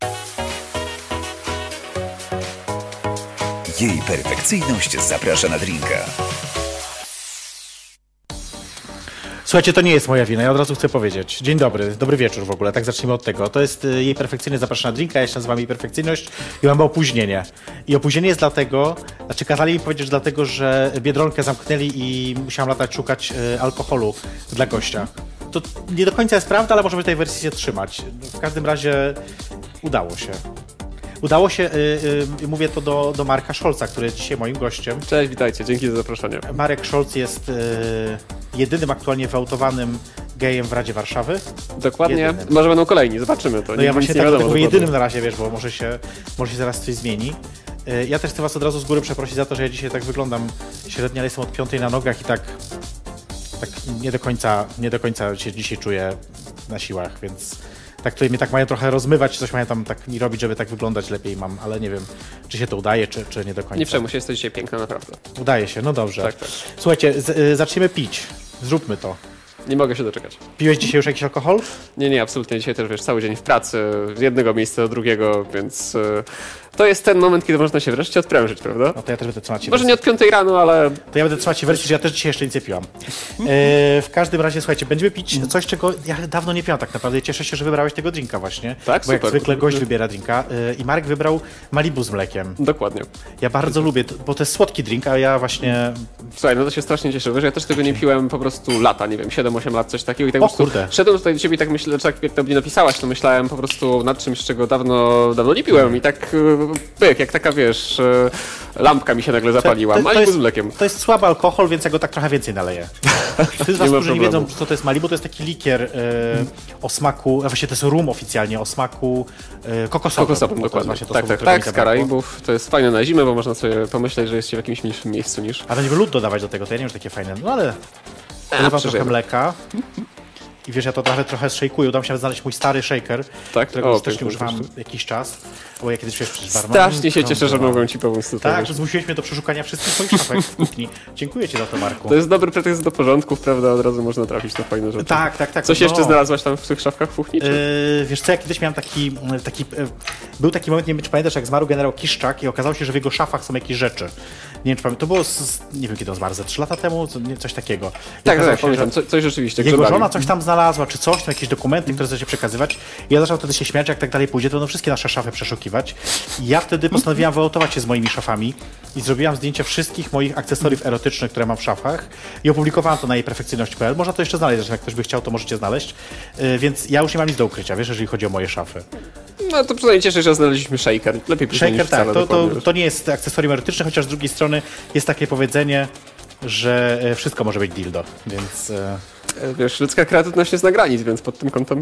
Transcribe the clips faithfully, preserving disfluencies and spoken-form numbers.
Jej perfekcyjność zaprasza na drinka. Słuchajcie, to nie jest moja wina, ja od razu chcę powiedzieć. Dzień dobry, dobry wieczór w ogóle, tak zacznijmy od tego. To jest Jej perfekcyjność zaprasza na drinka, ja się nazywam Jej perfekcyjność i mamy opóźnienie. I opóźnienie jest dlatego, znaczy kazali mi powiedzieć, że dlatego, że Biedronkę zamknęli i musiałam latać szukać y, alkoholu dla gościa. To nie do końca jest prawda, ale możemy tej wersji się trzymać. W każdym razie udało się. Udało się, y, y, mówię to do, do Marka Scholza, który jest dzisiaj moim gościem. Cześć, witajcie, dzięki za zaproszenie. Marek Scholz jest y, jedynym aktualnie wyautowanym gejem w Radzie Warszawy. Dokładnie, jedynym. Może będą kolejni, zobaczymy to. No ja właśnie tak wiadomo, mówię jedynym na razie, wiesz, bo może się, może się zaraz coś zmieni. Y, ja też chcę was od razu z góry przeprosić za to, że ja dzisiaj tak wyglądam średnio, ale jestem od piątej na nogach i tak, tak nie do końca, nie do końca się dzisiaj czuję na siłach, więc... Tak tutaj mnie tak mają trochę rozmywać, coś mają tam tak mi robić, żeby tak wyglądać lepiej mam, ale nie wiem, czy się to udaje, czy, czy nie do końca. Nie przejmuj się, jesteś dzisiaj piękna, naprawdę. Udaje się, no dobrze. Tak, tak. Słuchajcie, z, y, zaczniemy pić. Zróbmy to. Nie mogę się doczekać. Piłeś dzisiaj już jakiś alkohol? Nie, nie, absolutnie. Dzisiaj też, wiesz, cały dzień w pracy, z jednego miejsca do drugiego, więc y, to jest ten moment, kiedy można się wreszcie odprężyć, prawda? No to ja też będę trzymać się Może wersji. nie od piątej rano, ale... To ja będę trzymać się wersji, że ja też dzisiaj jeszcze nic nie piłam. E, w każdym razie, słuchajcie, będziemy pić coś, czego ja dawno nie piłam tak naprawdę. Cieszę się, że wybrałeś tego drinka właśnie. Tak, bo super. jak zwykle gość wybiera drinka e, i Marek wybrał Malibu z mlekiem. Dokładnie. Ja bardzo lubię, bo to jest słodki drink, a ja właśnie... Słuchaj, no to się strasznie cieszę, wiesz, ja też tego nie piłem po prostu lata, nie wiem, siedem osiem lat, coś takiego i tak O po prostu kurde. szedłem tutaj do ciebie i tak myślę, że jak to mnie napisałaś, to myślałem po prostu nad czymś, czego dawno, dawno nie piłem i tak y, pyk, jak taka, wiesz, y, lampka mi się nagle zapaliła. To, to, to, Malibu jest, z mlekiem. to jest słaby alkohol, więc ja go tak trochę więcej naleję. Ty z was, Nie ma którzy nie problemu. wiedzą, co to jest Malibu, to jest taki likier y, o smaku, a właściwie to jest rum oficjalnie, o smaku y, kokosowym. Kokosowym, Bo to jest dokładnie. właśnie to Tak, słowo, tak, którego mi tak, z zabrakło. Karaibów. To jest fajne na zimę, bo można sobie pomyśleć, że jest się w jakimś mniejszym miejscu niż... A będziemy lód dodawać do tego, to ja nie wiem, że takie fajne, no ale A, dodawam trochę przeżyjemy. mleka. I wiesz, ja to nawet trochę szejkuję, udało mi się znaleźć mój stary shaker, Tak? którego O, już też nie pięknie, używam pięknie. jakiś czas, bo ja kiedyś wiesz, przecież barman. Strasznie się cieszę, że mogłem ci pomóc tutaj. Tak, wiesz. że zmusiłeś mnie do przeszukania wszystkich moich szafek w kuchni. Dziękuję ci za to, Marku. To jest dobry pretekst do porządków, prawda? Od razu można trafić na fajne rzeczy. Tak, tak, tak. Coś no. jeszcze znalazłaś tam w tych szafkach w kuchni? Czy? Yy, wiesz co, ja kiedyś miałem taki, taki, yy, był taki moment, nie wiem, czy pamiętasz, jak zmarł generał Kiszczak i okazało się, że w jego szafach są jakieś rzeczy. Nie wiem, czy pamiętam, to było, z, nie wiem kiedy on zmarł, ze trzy lata temu, co, nie, coś takiego. I Tak, okazało tak, się, pamiętam, że Co, coś rzeczywiście. jego grzebali. żona coś tam znalazła, czy coś, tam jakieś dokumenty, które chce się przekazywać. I ja zacząłem wtedy się śmiać, jak tak dalej pójdzie, to będą wszystkie nasze szafy przeszukiwać. I ja wtedy postanowiłam wyautować się z moimi szafami i zrobiłam zdjęcie wszystkich moich akcesoriów erotycznych, które mam w szafach i opublikowałam to na jej perfekcyjność kropka p l. Można to jeszcze znaleźć, jak ktoś by chciał, to możecie znaleźć. Yy, więc ja już nie mam nic do ukrycia, wiesz, jeżeli chodzi o moje szafy. No to przynajmniej cieszę się, że znaleźliśmy shaker. Lepiej później Shaker, niż wcale, tak, to, dokładnie, to, wiesz. to nie jest akcesorium erotyczne, chociaż z drugiej strony jest takie powiedzenie, że e, wszystko może być dildo, więc... E... Wiesz, ludzka kreatywność jest na granic, więc pod tym kątem...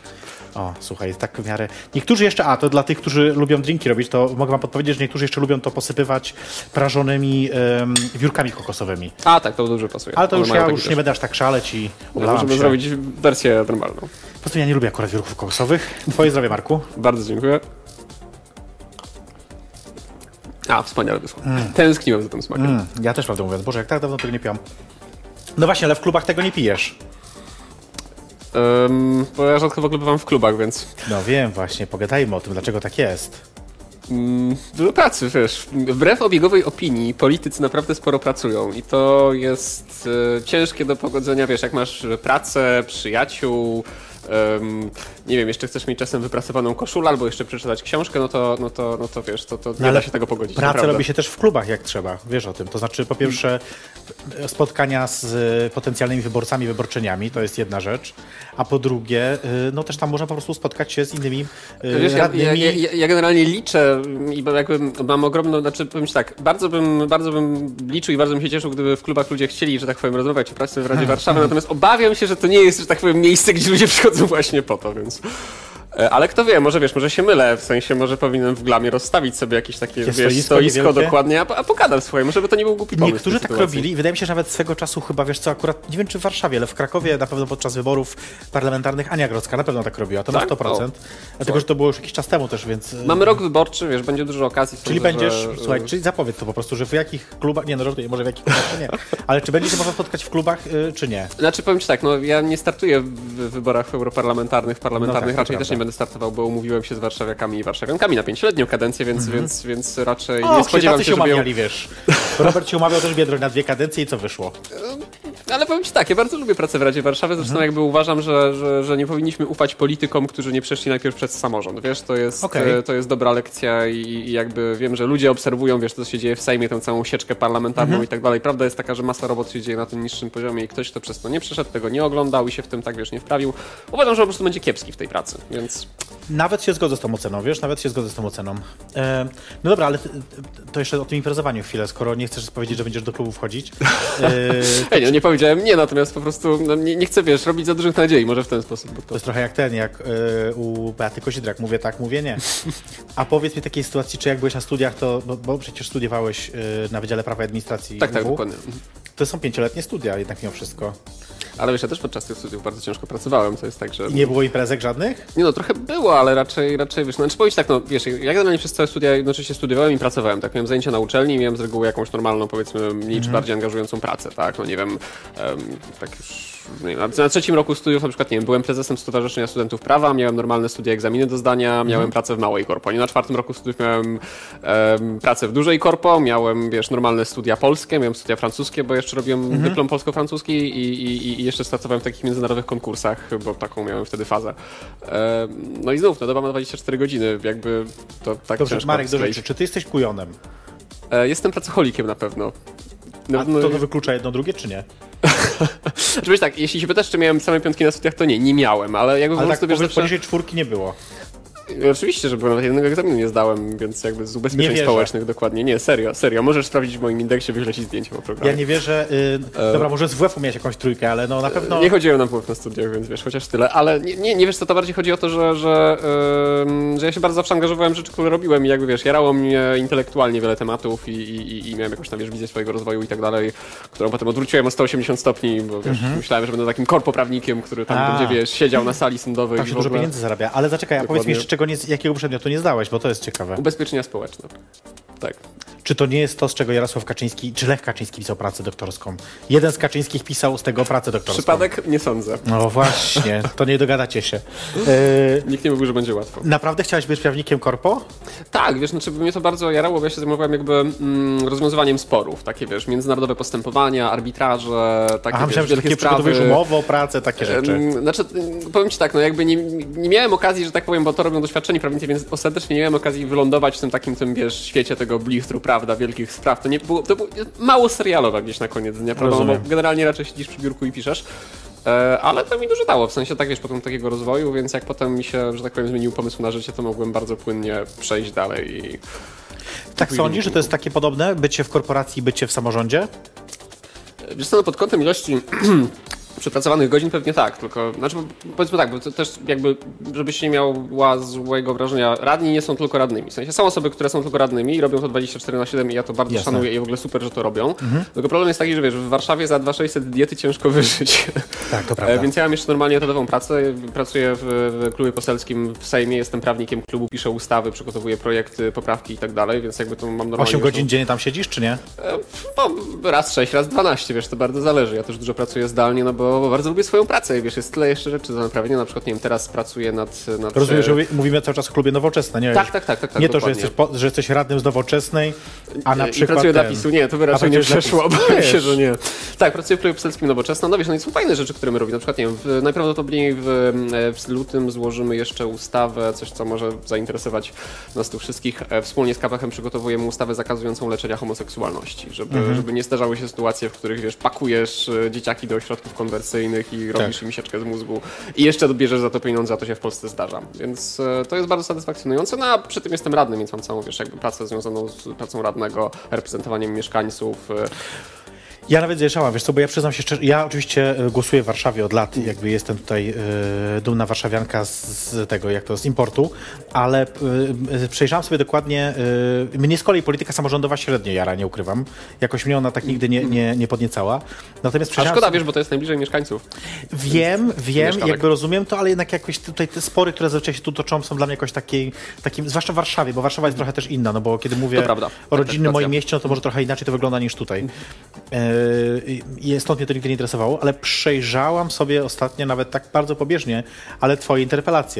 O, słuchaj, tak w miarę... Niektórzy jeszcze, a to dla tych, którzy lubią drinki robić, to mogę wam podpowiedzieć, że niektórzy jeszcze lubią to posypywać prażonymi um, wiórkami kokosowymi. A tak, to dobrze pasuje. Ale to One już mają ja taki już też. nie będę aż tak szaleć i No, oblałam możemy się. zrobić wersję normalną. Po prostu ja nie lubię akurat wiórków kokosowych. Twoje zdrowie, Marku. Bardzo dziękuję. A, wspaniale wysłał. Mm. Tęskniłem za tym smakiem. Mm, ja też prawdę mówiąc, Boże, jak tak dawno tego nie piłam. No właśnie, ale w klubach tego nie pijesz. Um, bo ja rzadko w ogóle bywam w klubach, więc... No wiem właśnie, pogadajmy o tym, dlaczego tak jest. Mm, dużo pracy, wiesz. Wbrew obiegowej opinii, politycy naprawdę sporo pracują i to jest e, ciężkie do pogodzenia, wiesz, jak masz pracę, przyjaciół, um, nie wiem, jeszcze chcesz mieć czasem wypracowaną koszulę albo jeszcze przeczytać książkę, no to, no to, no to wiesz, to, to nie ale da się tego pogodzić. Pracę naprawdę. robi się też w klubach, jak trzeba, wiesz o tym. To znaczy, po pierwsze, spotkania z y, potencjalnymi wyborcami, wyborczyniami, to jest jedna rzecz, a po drugie, y, no też tam można po prostu spotkać się z innymi y, Wiesz, ja, radnymi. ja, ja, ja generalnie liczę i jakby mam ogromną, znaczy powiem ci tak, bardzo bym, bardzo bym liczył i bardzo bym się cieszył, gdyby w klubach ludzie chcieli, że tak powiem, rozmawiać o pracy w Radzie Warszawy, natomiast obawiam się, że to nie jest, że tak powiem, miejsce, gdzie ludzie przychodzą właśnie po to, więc... Ale kto wie, może wiesz, może się mylę, w sensie może powinienem w Glamie rozstawić sobie jakieś takie, Takie wiesz, stoisko stoisko niewielkie? dokładnie, a, a pogadam, słuchaj, może by to nie był głupi pomysł. Niektórzy w tej tak sytuacji. robili. Wydaje mi się, że nawet swego czasu chyba, wiesz co, akurat, nie wiem czy w Warszawie, ale w Krakowie na pewno podczas wyborów parlamentarnych Ania Grodzka na pewno tak robiła, to na Tak? sto procent. O, Dlatego, że to było już jakiś czas temu też, więc... Mamy rok wyborczy, wiesz, będzie dużo okazji. Czyli sądzę, będziesz, że... słuchaj, czyli zapowiedz to po prostu, że w jakich klubach, nie no żartuję, może w jakich klubach, to nie, ale czy będzie się można spotkać w klubach, y, czy nie? Znaczy powiem ci tak, no ja nie startuję w wyborach europarlamentarnych, parlamentarnych, No tak, to raczej też prawda. nie będę startował, bo umówiłem się z warszawiakami i warszawiankami na pięcioletnią kadencję, więc, mm-hmm. więc, więc raczej o, nie spodziewam się, się żeby umawiali, ją... wiesz. Robert się umawiał też Biedroń na dwie kadencje i co wyszło? Ale powiem ci tak, ja bardzo lubię pracę w Radzie Warszawy, zresztą mhm. jakby uważam, że, że, że nie powinniśmy ufać politykom, którzy nie przeszli najpierw przez samorząd, wiesz, to jest, okay. to jest dobra lekcja i, i jakby wiem, że ludzie obserwują, wiesz, co się dzieje w Sejmie, tę całą sieczkę parlamentarną mhm. i tak dalej. Prawda jest taka, że masa robot się dzieje na tym niższym poziomie i ktoś, kto przez to nie przeszedł, tego nie oglądał i się w tym tak, wiesz, nie wprawił, uważam, że po prostu będzie kiepski w tej pracy, więc... Nawet się zgodzę z tą oceną, wiesz, nawet się zgodzę z tą oceną. E, no dobra, ale to jeszcze o tym imprezowaniu chwilę, skoro nie chcesz powiedzieć, że będziesz do klubu wchodzić. E, Ej, no, nie powiedziałem nie, natomiast po prostu no, nie, nie chcę, wiesz, robić za dużych nadziei, może w ten sposób. Bo to... to jest trochę jak ten, jak y, u Beaty Kozidrak, mówię tak, mówię nie. A powiedz mi takiej sytuacji, czy jak byłeś na studiach, to, bo, bo przecież studiowałeś y, na Wydziale Prawa i Administracji Tak, U W. tak, dokładnie. To są pięcioletnie studia jednak mimo wszystko. Ale wiesz, ja też podczas tych studiów bardzo ciężko pracowałem, to jest tak, że... I nie było imprezek żadnych? Nie no, trochę było, ale raczej, raczej wiesz, no znaczy powiedzieć tak, no wiesz, ja generalnie przez całe studia jednocześnie studiowałem i pracowałem, tak, miałem zajęcia na uczelni i miałem z reguły jakąś normalną, powiedzmy, mniej mm-hmm. czy bardziej angażującą pracę, tak, no nie wiem, um, tak już... Nie, na, na trzecim roku studiów na przykład, nie wiem, byłem prezesem Stowarzyszenia Studentów Prawa, miałem normalne studia, egzaminy do zdania, miałem mm. pracę w małej korpo. Nie na czwartym roku studiów miałem um, pracę w dużej korpo, miałem, wiesz, normalne studia polskie, miałem studia francuskie, bo jeszcze robiłem mm-hmm. dyplom polsko-francuski i, i, i jeszcze startowałem w takich międzynarodowych konkursach, bo taką miałem wtedy fazę. Um, no i znów, no doba ma dwadzieścia cztery godziny, jakby to tak Dobrze, ciężko Marek, do rzeczy, czy ty jesteś kujonem? E, jestem pracocholikiem na pewno. No, A to, to wyklucza jedno drugie, czy nie? Żebyś tak, jeśli się pytasz, czy miałem same piątki na studiach, to nie, nie miałem, ale jakby ale po tak prostu wiesz, poniżej czwórki nie było. Oczywiście, że byłem, nawet jednego egzaminu nie zdałem, więc jakby z ubezpieczeń społecznych dokładnie. Nie, serio, serio. Możesz sprawdzić w moim indeksie, wyślę ci zdjęcie po programie. Ja nie wierzę. Yy, e... Dobra, może z W F-u miałeś jakąś trójkę, ale no na pewno... Nie chodziłem na W F na studiach, więc wiesz, chociaż tyle. Ale nie, nie, nie wiesz co, to bardziej chodzi o to, że, że, yy, że ja się bardzo zawsze angażowałem w rzeczy, które robiłem i jakby wiesz, jarało mnie intelektualnie wiele tematów i, i, i miałem jakąś tam wiesz, wizję swojego rozwoju i tak dalej, którą potem odwróciłem o sto osiemdziesiąt stopni, bo wiesz, mm-hmm. myślałem, że będę takim korpoprawnikiem, który tam a. będzie, wiesz, siedział na sali sądowej. Tak się dużo pieniędzy zarabia, ale zaczekaj, a powiedz mi jeszcze, czego nie, jakiego przedmiotu nie zdałeś, bo to jest ciekawe. Ubezpieczenia społeczne. Tak. Czy to nie jest to, z czego Jarosław Kaczyński, czy Lech Kaczyński pisał pracę doktorską? Jeden z Kaczyńskich pisał z tego pracę doktorską. Przypadek? Nie sądzę. No właśnie, to nie dogadacie się. Yy, Nikt nie mówił, że będzie łatwo. Naprawdę chciałeś być prawnikiem korpo? Tak, wiesz, znaczy mnie to bardzo jarało, bo ja się zajmowałem jakby mm, rozwiązywaniem sporów. Takie, wiesz, międzynarodowe postępowania, arbitraże, takie, Aha, wiesz, myślałem, że takie przygotowujesz umowę o pracę, takie rzeczy. Yy, znaczy, powiem ci tak, no jakby nie, nie miałem okazji, że tak powiem, bo to robią doświadczeni prawnicy, więc ostatecznie nie miałem okazji wylądować w tym takim, tym, wiesz, świecie tego blichtru, prawda, wielkich spraw. To, nie było, to było mało serialowe gdzieś na koniec dnia, prawda, bo generalnie raczej siedzisz przy biurku i piszesz. E, ale to mi dużo dało, w sensie tak, wiesz, potem takiego rozwoju, więc jak potem mi się, że tak powiem, zmienił pomysł na życie, to mogłem bardzo płynnie przejść dalej i... Tak sądzisz, że to jest takie podobne, bycie w korporacji, bycie w samorządzie? Wiesz co, no pod kątem ilości przepracowanych godzin pewnie tak, tylko, znaczy powiedzmy tak, bo to też jakby, żebyś nie miała złego wrażenia, radni nie są tylko radnymi, w sensie są osoby, które są tylko radnymi i robią to dwadzieścia cztery na siedem i ja to bardzo Jasne. szanuję i w ogóle super, że to robią, mhm. tylko problem jest taki, że wiesz, w Warszawie za dwa tysiące sześćset diety ciężko wyżyć, tak, to prawda. Więc ja mam jeszcze normalnie etatową pracę, pracuję w, w klubie poselskim w Sejmie, jestem prawnikiem klubu, piszę ustawy, przygotowuję projekty, poprawki i tak dalej, więc jakby to mam normalnie... osiem godzin dziennie tam siedzisz, czy nie? No, raz sześć, raz dwanaście, wiesz, to bardzo zależy, ja też dużo pracuję zdalnie, no bo Bo bardzo lubię swoją pracę i wiesz, jest tyle jeszcze rzeczy do naprawienia. Na przykład, nie wiem, teraz pracuję nad... nad Rozumiem, że mówimy cały czas o klubie Nowoczesna, nie? Tak, tak, tak. tak, tak nie to, że jesteś, po, że jesteś radnym z Nowoczesnej, a na I przykład... pracuję ten... dla PiSu, nie, to by raczej nie przeszło, bo się, że nie. Tak, pracuję w klubie poselskim Nowoczesna, no wiesz, no i są fajne rzeczy, które my robimy. Na przykład, nie wiem, w, najprawdopodobniej w, w lutym złożymy jeszcze ustawę, coś, co może zainteresować nas tu wszystkich. Wspólnie z K P H-em przygotowujemy ustawę zakazującą leczenia homoseksualności, żeby, mhm. żeby nie zdarzały się sytuacje, w których, wiesz, pakujesz dzieciaki do ośrodków konwersyjnych i robisz tak. im sieczkę z mózgu i jeszcze odbierzesz za to pieniądze, a to się w Polsce zdarza. Więc e, to jest bardzo satysfakcjonujące, no a przy tym jestem radnym, więc mam całą, wiesz, jakby pracę związaną z pracą radnego, reprezentowaniem mieszkańców. E, Ja nawet zjeżdżałam, wiesz co, bo ja przyznam się szczerze, ja oczywiście głosuję w Warszawie od lat, jakby jestem tutaj y, dumna warszawianka z, z tego, jak to, z importu, ale y, przejrzałam sobie dokładnie, y, mnie z kolei polityka samorządowa średnio jara, nie ukrywam, jakoś mnie ona tak nigdy nie, nie, nie podniecała. Natomiast A szkoda, sobie... wiesz, bo to jest najbliżej mieszkańców. Wiem, wiem, mieszkanek. Jakby rozumiem to, ale jednak jakoś tutaj te spory, które zazwyczaj się tu toczą, są dla mnie jakoś takiej, takim, zwłaszcza w Warszawie, bo Warszawa jest trochę też inna, no bo kiedy mówię o rodzinnym moim mieście, no to może trochę inaczej to wygląda niż tutaj. Y, I stąd mnie to nigdy nie interesowało, ale przejrzałam sobie ostatnio nawet tak bardzo pobieżnie, ale twoje interpelacje.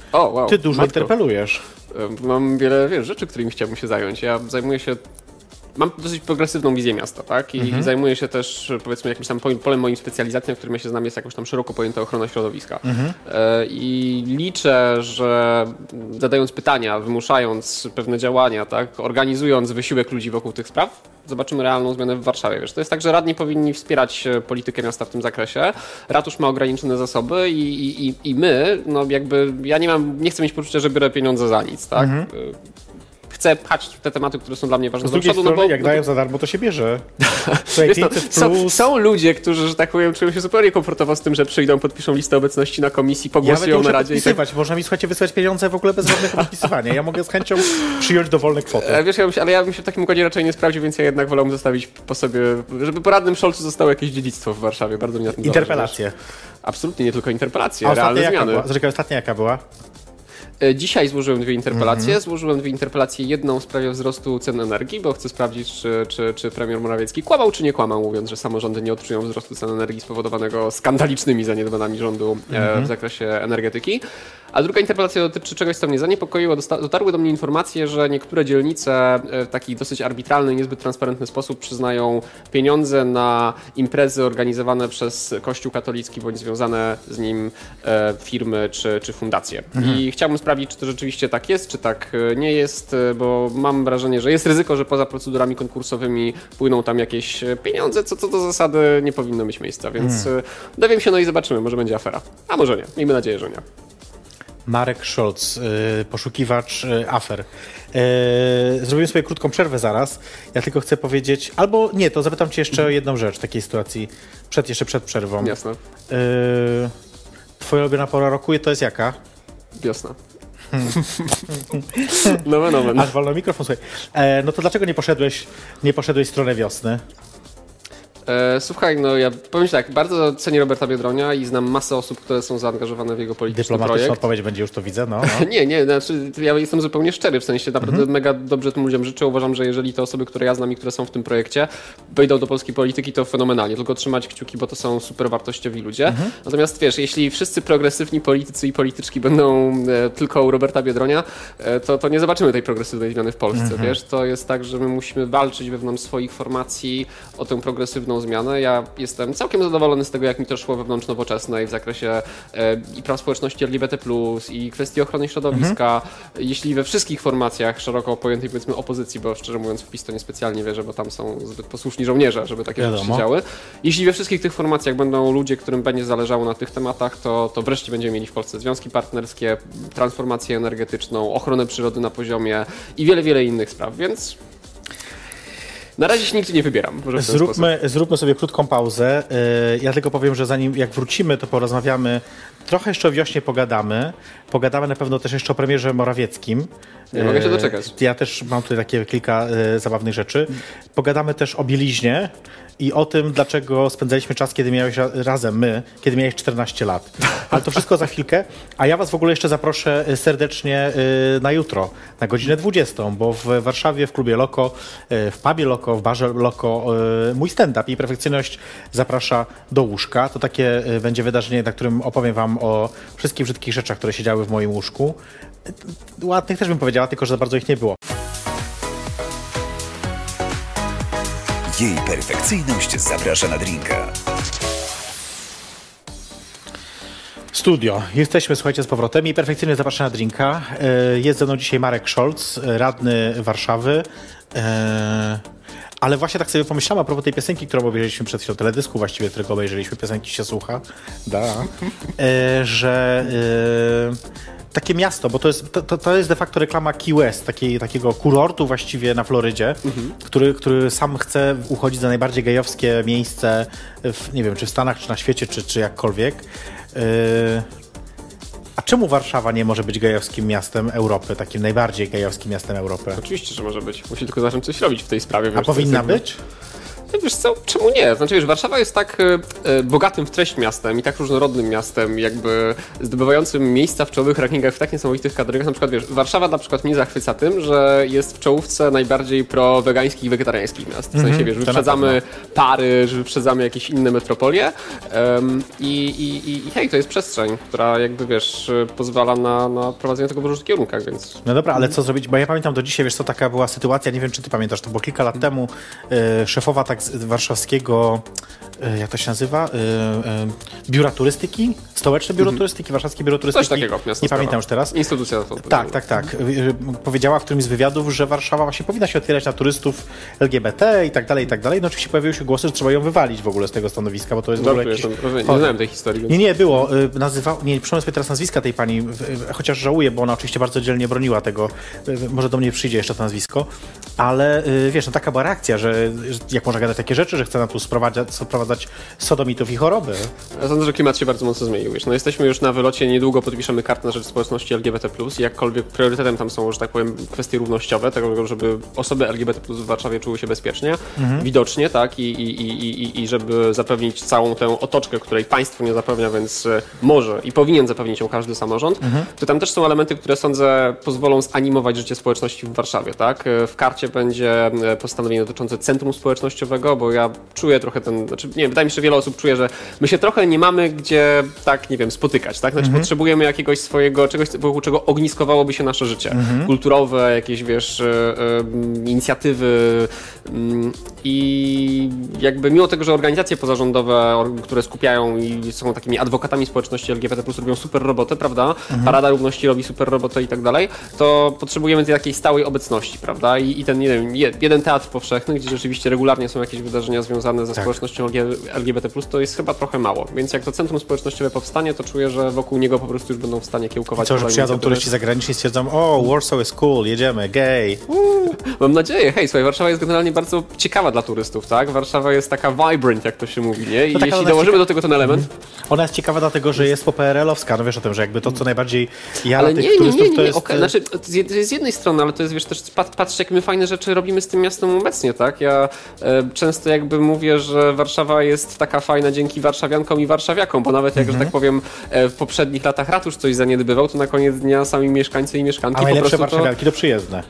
O, wow. Ty dużo Matko. interpelujesz. Mam wiele, wiesz, rzeczy, którymi chciałbym się zająć. Ja zajmuję się... Mam dosyć progresywną wizję miasta, tak? I mhm. zajmuję się też, powiedzmy, jakimś tam polem moim specjalizacji, na którym ja się znam, jest jakoś tam szeroko pojęta ochrona środowiska. Mhm. I liczę, że zadając pytania, wymuszając pewne działania, tak? Organizując wysiłek ludzi wokół tych spraw, zobaczymy realną zmianę w Warszawie. Wiesz, to jest tak, że radni powinni wspierać politykę miasta w tym zakresie. Ratusz ma ograniczone zasoby i, i, i my, no jakby, ja nie mam, nie chcę mieć poczucia, że biorę pieniądze za nic, tak? Mhm. Chcę pchać te tematy, które są dla mnie ważne z drugiej do przodu. strony, No bo, jak no dają to... za darmo, to się bierze. Wiesz, to, są, są ludzie, którzy, że tak powiem, czują się zupełnie komfortowo z tym, że przyjdą, podpiszą listę obecności na komisji, pogłosują ja na radzie. I tak... Można mi, słuchajcie, wysłać pieniądze w ogóle bez żadnego podpisywania. Ja mogę z chęcią przyjąć dowolne kwoty. Wiesz, ja bym się, ale ja bym się w takim układzie raczej nie sprawdził, więc ja jednak wolałbym zostawić po sobie, żeby po radnym Scholzu zostało jakieś dziedzictwo w Warszawie. Bardzo mi na tym Interpelacje. zależy. Absolutnie, nie tylko interpelacje, A realne zmiany. Była? Zresztą ostatnia jaka była? Dzisiaj złożyłem dwie interpelacje. Mm-hmm. Złożyłem dwie interpelacje, jedną w sprawie wzrostu cen energii, bo chcę sprawdzić, czy, czy, czy premier Morawiecki kłamał, czy nie kłamał, mówiąc, że samorządy nie odczują wzrostu cen energii spowodowanego skandalicznymi zaniedbaniami rządu mm-hmm. w zakresie energetyki. A druga interpelacja dotyczy czegoś, co mnie zaniepokoiło. Dotarły do mnie informacje, że niektóre dzielnice w taki dosyć arbitralny, niezbyt transparentny sposób przyznają pieniądze na imprezy organizowane przez Kościół katolicki bądź związane z nim firmy czy, czy fundacje. Mhm. I chciałbym sprawdzić, czy to rzeczywiście tak jest, czy tak nie jest, bo mam wrażenie, że jest ryzyko, że poza procedurami konkursowymi płyną tam jakieś pieniądze, co co do zasady nie powinno mieć miejsca, więc mhm. dowiem się, no i zobaczymy, może będzie afera. A może nie, miejmy nadzieję, że nie. Marek Scholz, yy, poszukiwacz yy, afer. Yy, zrobimy sobie krótką przerwę zaraz. Ja tylko chcę powiedzieć, albo nie, to zapytam cię jeszcze o jedną rzecz w takiej sytuacji, przed, jeszcze przed przerwą. Jasne. Yy, twoja ulubiona pora roku to jest jaka? Wiosna. Nowe, nowe. Aż wolno mikrofon, słuchaj. E, no to dlaczego nie poszedłeś, nie poszedłeś w stronę wiosny? E, słuchaj, no ja powiem ci tak, bardzo cenię Roberta Biedronia i znam masę osób, które są zaangażowane w jego polityczny Dyplomatyczna projekt. odpowiedź będzie, już to widzę, no. no. nie, nie, znaczy ja jestem zupełnie szczery, w sensie naprawdę mm-hmm. mega dobrze tym ludziom życzę. Uważam, że jeżeli te osoby, które ja znam i które są w tym projekcie, wejdą do polskiej polityki, to fenomenalnie. Tylko trzymać kciuki, bo to są super wartościowi ludzie. Mm-hmm. Natomiast wiesz, jeśli wszyscy progresywni politycy i polityczki będą e, tylko u Roberta Biedronia, e, to, to nie zobaczymy tej progresywnej zmiany w Polsce, mm-hmm. wiesz. To jest tak, że my musimy walczyć wewnątrz swoich formacji o tę progresywną zmianę. Ja jestem całkiem zadowolony z tego, jak mi to szło wewnątrz Nowoczesnej w zakresie e, i praw społeczności L G B T plus, i kwestii ochrony środowiska. Mhm. Jeśli we wszystkich formacjach szeroko pojętej, powiedzmy, opozycji, bo szczerze mówiąc w PiS to niespecjalnie wierzę, bo tam są zbyt posłuszni żołnierze, żeby takie Wiadomo. rzeczy się działy. Jeśli we wszystkich tych formacjach będą ludzie, którym będzie zależało na tych tematach, to, to wreszcie będziemy mieli w Polsce związki partnerskie, transformację energetyczną, ochronę przyrody na poziomie i wiele, wiele innych spraw, więc... Na razie się nigdzie nie wybieram. Może w ten zróbmy, zróbmy sobie krótką pauzę. Ja tylko powiem, że zanim jak wrócimy, to porozmawiamy, trochę jeszcze o wiośnie pogadamy. Pogadamy na pewno też jeszcze o premierze Morawieckim. Nie mogę się doczekać. Ja też mam tutaj takie kilka e, zabawnych rzeczy. Pogadamy też o bieliźnie i o tym, dlaczego spędzaliśmy czas, kiedy miałeś razem my, kiedy miałeś czternaście lat. Ale to wszystko za chwilkę. A ja was w ogóle jeszcze zaproszę serdecznie y, na jutro, na godzinę dwudziestą, bo w Warszawie, w klubie Loko, y, w pubie Loko, w barze Loko y, mój stand-up i perfekcyjność zaprasza do łóżka. To takie y, będzie wydarzenie, na którym opowiem wam o wszystkich brzydkich rzeczach, które się działy w moim łóżku. Y, ładnych też bym powiedziała, tylko że za bardzo ich nie było. Jej perfekcyjność zaprasza na drinka. Studio. Jesteśmy, słuchajcie, z powrotem i perfekcyjnie zapraszam na drinka. Jest ze mną dzisiaj Marek Scholz, radny Warszawy. Ale właśnie tak sobie pomyślałem a propos tej piosenki, którą obejrzeliśmy przed chwilą, teledysku właściwie, którego obejrzeliśmy, piosenki się słucha, da, że takie miasto, bo to jest, to, to jest de facto reklama Key West, takiej, takiego kurortu właściwie na Florydzie, mhm. który, który sam chce uchodzić za najbardziej gejowskie miejsce, w, nie wiem, czy w Stanach, czy na świecie, czy, czy jakkolwiek. Yy... A czemu Warszawa nie może być gejowskim miastem Europy, takim najbardziej gejowskim miastem Europy? Oczywiście, że może być. Musi tylko zacząć coś robić w tej sprawie. A powinna być? wiesz co, czemu nie? Znaczy wiesz, Warszawa jest tak e, bogatym w treść miastem i tak różnorodnym miastem, jakby zdobywającym miejsca w czołowych rankingach w tak niesamowitych kategoriach. Na przykład wiesz, Warszawa na przykład mnie zachwyca tym, że jest w czołówce najbardziej pro-wegańskich i wegetariańskich miast. W sensie wiesz, wyprzedzamy Paryż, wyprzedzamy jakieś inne metropolie um, i, i, i, i hej, to jest przestrzeń, która jakby wiesz, pozwala na, na prowadzenie tego w różnych kierunkach, więc... No dobra, ale co zrobić? Bo ja pamiętam do dzisiaj, wiesz co, taka była sytuacja, nie wiem czy ty pamiętasz, to było kilka lat temu, y, szefowa tak z warszawskiego, y, jak to się nazywa, y, y, biura turystyki, stołeczne biuro mm-hmm. turystyki, warszawskie biuro turystyki. Coś takiego, nie sprawa. Pamiętam już teraz. Instytucja to. Tak, tak, tak. Y, powiedziała w którymś z wywiadów, że Warszawa właśnie powinna się otwierać na turystów L G B T i tak dalej, i tak dalej. No oczywiście pojawiły się głosy, że trzeba ją wywalić w ogóle z tego stanowiska, bo to jest Dobrze, w ogóle jakiś... jestem, nie znałem tej historii. Więc... Nie, nie, było. Y, nazywał, nie przypomnę sobie teraz nazwiska tej pani, y, chociaż żałuję, bo ona oczywiście bardzo dzielnie broniła tego. Y, może do mnie przyjdzie jeszcze to nazwisko. Ale y, wiesz, no taka była reakcja, że, że jak można gadać takie rzeczy, że chce nam tu sprowadzać, sprowadzać sodomitów i choroby. Ja sądzę, że klimat się bardzo mocno zmienił. Wiesz, no jesteśmy już na wylocie, niedługo podpiszemy kartę na rzecz społeczności L G B T plus i jakkolwiek priorytetem tam są, że tak powiem, kwestie równościowe, tego, żeby osoby L G B T plus w Warszawie czuły się bezpiecznie, mhm. widocznie, tak, i, i, i, i, i żeby zapewnić całą tę otoczkę, której państwo nie zapewnia, więc może i powinien zapewnić ją każdy samorząd, mhm. to tam też są elementy, które sądzę pozwolą zanimować życie społeczności w Warszawie, tak. W karcie będzie postanowienie dotyczące centrum społecznościowego, bo ja czuję trochę ten, znaczy nie, wydaje mi się, że wiele osób czuje, że my się trochę nie mamy gdzie, tak, nie wiem, spotykać, tak? Znaczy mhm. potrzebujemy jakiegoś swojego, czegoś, wokół czego ogniskowałoby się nasze życie. Mhm. Kulturowe, jakieś, wiesz, e, e, inicjatywy mm, i jakby mimo tego, że organizacje pozarządowe, które skupiają i są takimi adwokatami społeczności L G B T plus, robią super robotę, prawda? Mhm. Parada Równości robi super robotę i tak dalej, to potrzebujemy tej takiej stałej obecności, prawda? I, i ten, nie wiem, jeden teatr powszechny, gdzie rzeczywiście regularnie są jakieś wydarzenia związane ze tak. społecznością L G B T plus, to jest chyba trochę mało. Więc jak to centrum społecznościowe powstanie, to czuję, że wokół niego po prostu już będą w stanie kiełkować. Co, że przyjadą turyści zagraniczni i stwierdzą, o, Warsaw is cool, jedziemy, gay. Uuu. Mam nadzieję. Hej, słuchaj, Warszawa jest generalnie bardzo ciekawa dla turystów, tak? Warszawa jest taka vibrant, jak to się mówi, nie? I no jeśli dołożymy do tego ten element... Ona jest ciekawa dlatego, że jest po P R L-owska, no wiesz o tym, że jakby to, co najbardziej jara ale tych nie, nie, turystów, nie, nie, nie, to jest... Okay. Znaczy, z jednej strony, ale to jest, wiesz, też patrzcie, jak my fajne rzeczy robimy z tym miastem obecnie, tak? Ja e, często jakby mówię, że Warszawa jest taka fajna dzięki warszawiankom i warszawiakom, bo nawet jak, mm-hmm. że tak powiem, e, w poprzednich latach ratusz coś zaniedbywał, to na koniec dnia sami mieszkańcy i mieszkanki A najlepsze po prostu warszawianki to, to przyjezdne.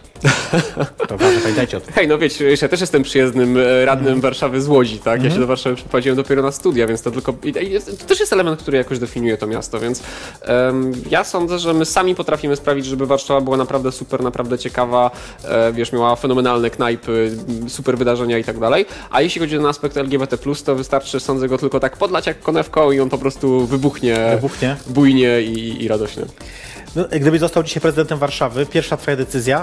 To ważne, pamiętajcie o tym. Hej, no wiecie, ja też jestem przyjezdnym radnym mm-hmm. Warszawy z Łodzi, tak? Ja mm-hmm. się do Warszawy przeprowadziłem dopiero na studia, więc to tylko... To też jest element, który jakoś definiuje to miasto, więc um, ja sądzę, że my sami potrafimy sprawić, żeby Warszawa była naprawdę super, naprawdę ciekawa, e, wiesz, miała fenomenalne knajpy, super wydarzenia i tak dalej, a jeśli chodzi o aspekt L G B T plus, to wystarczy, sądzę, go tylko tak podlać jak konewką i on po prostu wybuchnie, wybuchnie. bujnie i, i radośnie. No, gdybyś został dzisiaj prezydentem Warszawy, pierwsza twoja decyzja?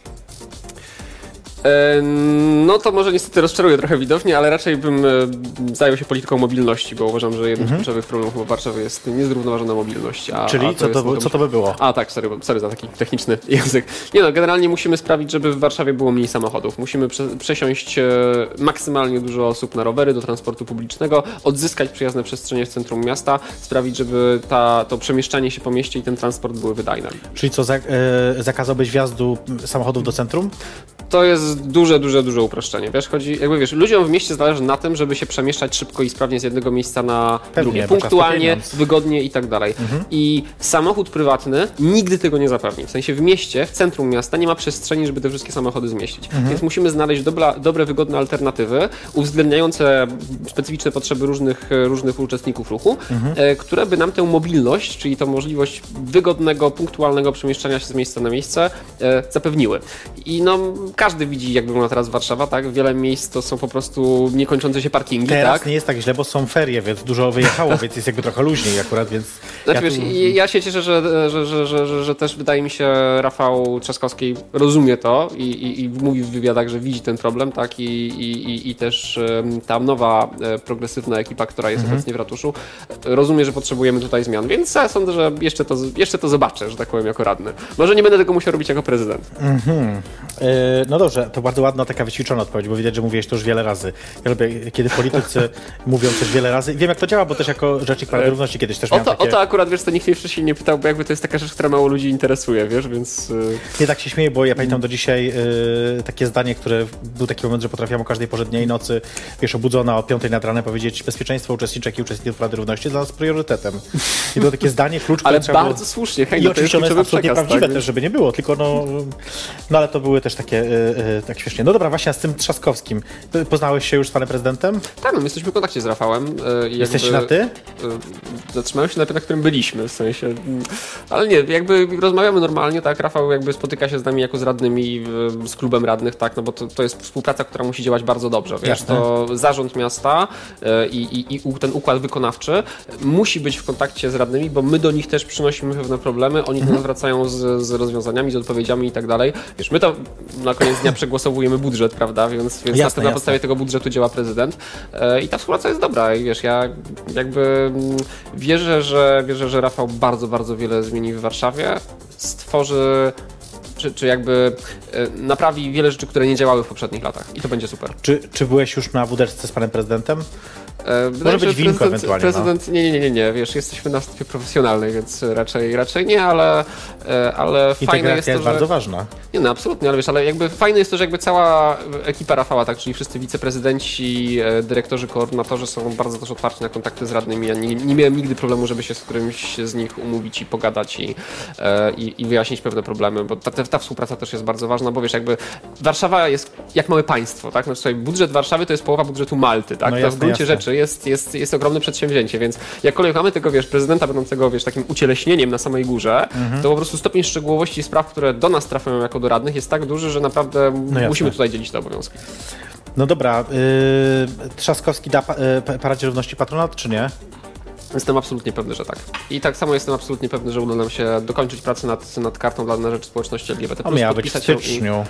No to może niestety rozczaruję trochę widownię, ale raczej bym zajął się polityką mobilności, bo uważam, że jednym z mhm. kluczowych problemów w Warszawie jest niezrównoważona mobilność. A, Czyli a to co, to, co to by było? A tak, sorry, sorry za taki techniczny język. Nie no, generalnie musimy sprawić, żeby w Warszawie było mniej samochodów. Musimy prze, przesiąść maksymalnie dużo osób na rowery, do transportu publicznego, odzyskać przyjazne przestrzenie w centrum miasta, sprawić, żeby ta, to przemieszczanie się po mieście i ten transport były wydajne. Czyli co, za, e, zakazałbyś wjazdu samochodów do centrum? To jest duże, duże, duże uproszczenie. Wiesz, chodzi, jakby wiesz, ludziom w mieście zależy na tym, żeby się przemieszczać szybko i sprawnie z jednego miejsca na Pewnie, drugie. Punktualnie, wygodnie i tak dalej. Mhm. I samochód prywatny nigdy tego nie zapewni. W sensie w mieście, w centrum miasta nie ma przestrzeni, żeby te wszystkie samochody zmieścić. Mhm. Więc musimy znaleźć dobra, dobre, wygodne alternatywy, uwzględniające specyficzne potrzeby różnych, różnych uczestników ruchu, mhm. e, które by nam tę mobilność, czyli tą możliwość wygodnego, punktualnego przemieszczania się z miejsca na miejsce e, zapewniły. I no, każdy widzi, jak wygląda teraz Warszawa, tak? Wiele miejsc to są po prostu niekończące się parkingi, teraz tak? nie jest tak źle, bo są ferie, więc dużo wyjechało, więc jest jakby trochę luźniej akurat, więc... Znaczy, ja, wiesz, tu... ja się cieszę, że, że, że, że, że, że też wydaje mi się Rafał Trzaskowski rozumie to i, i, i mówi w wywiadach, że widzi ten problem, tak? I, i, i też um, ta nowa e, progresywna ekipa, która jest mhm. obecnie w ratuszu, rozumie, że potrzebujemy tutaj zmian, więc ja sądzę, że jeszcze to, jeszcze to zobaczę, że tak powiem, jako radny. Może nie będę tego musiał robić jako prezydent. Mhm. No dobrze, to bardzo ładna, taka wyćwiczona odpowiedź, bo widać, że mówiłeś to już wiele razy. Ja lubię, kiedy politycy mówią coś wiele razy. Wiem, jak to działa, bo też jako rzecznik Prawa i Równości kiedyś też o miałem to, takie... O to akurat, wiesz, to nikt mnie wcześniej nie pytał, bo jakby to jest taka rzecz, która mało ludzi interesuje, wiesz, więc... Nie, tak się śmieję, bo ja pamiętam do dzisiaj y, takie zdanie, które był taki moment, że potrafiłam o każdej porze dnia i nocy, wiesz, obudzona o piątej nad ranem powiedzieć: bezpieczeństwo uczestniczek i uczestników Prawa i Równości dla nas priorytetem. I było takie zdanie, klucz, ale trzeba bardzo było... słusznie, hej, I no oczywiście ono jest absolutnie przekaz, prawdziwe tak? też, żeby nie było, tylko no... No ale to były też takie, y, y, tak śmiesznie. No dobra, właśnie, a z tym Trzaskowskim. Poznałeś się już z panem prezydentem? Tak, no my jesteśmy w kontakcie z Rafałem. Y, jakby, Jesteście na ty? Y, zatrzymałem się na tym, na którym byliśmy, w sensie... Y, ale nie, jakby rozmawiamy normalnie, tak, Rafał jakby spotyka się z nami jako z radnymi, y, z klubem radnych, tak, no bo to, to jest współpraca, która musi działać bardzo dobrze, wiesz, Jasne. To zarząd miasta y, i, i ten układ wykonawczy musi być w kontakcie z radnymi, bo my do nich też przynosimy pewne problemy, oni do nas wracają z, z rozwiązaniami, z odpowiedziami i tak dalej. Wiesz, my to na koniec dnia przegłosowujemy budżet, prawda, więc, więc jasne, na jasne. podstawie tego budżetu działa prezydent y, i ta współpraca jest dobra i wiesz, ja jakby mm, wierzę, że wierzę, że Rafał bardzo, bardzo wiele zmieni w Warszawie, stworzy Czy, czy jakby y, naprawi wiele rzeczy, które nie działały w poprzednich latach i to będzie super. Czy, czy byłeś już na wódeczce z panem prezydentem? E, Może być winko prezydent, ewentualnie. Prezydent, no. nie, nie, nie, nie, wiesz, jesteśmy na stopie profesjonalnej, więc raczej, raczej nie, ale, e, ale fajne jest to, jest że... bardzo ważna. Nie, no absolutnie, ale wiesz, ale jakby fajne jest to, że jakby cała ekipa Rafała, tak, czyli wszyscy wiceprezydenci, e, dyrektorzy, koordynatorzy są bardzo też otwarci na kontakty z radnymi. Ja nie, nie miałem nigdy problemu, żeby się z którymś z nich umówić i pogadać i, e, i, i wyjaśnić pewne problemy, bo ta, ta współpraca też jest bardzo ważna, bo wiesz, jakby Warszawa jest jak małe państwo, tak, no słuchaj, budżet Warszawy to jest połowa budżetu Malty, tak, No to jasne, w gruncie jasne. rzeczy jest, jest, jest ogromne przedsięwzięcie, więc jakkolwiek mamy tego, wiesz, prezydenta będącego, wiesz, takim ucieleśnieniem na samej górze, mhm. to po prostu stopień szczegółowości spraw, które do nas trafiają jako do radnych, jest tak duży, że naprawdę no musimy tutaj dzielić te obowiązki. No dobra, yy, Trzaskowski da pa, yy, Paradzie Równości patronat, czy nie? Jestem absolutnie pewny, że tak. I tak samo jestem absolutnie pewny, że uda nam się dokończyć pracę nad, nad kartą dla na rzecz społeczności L G B T. A miała być w styczniu.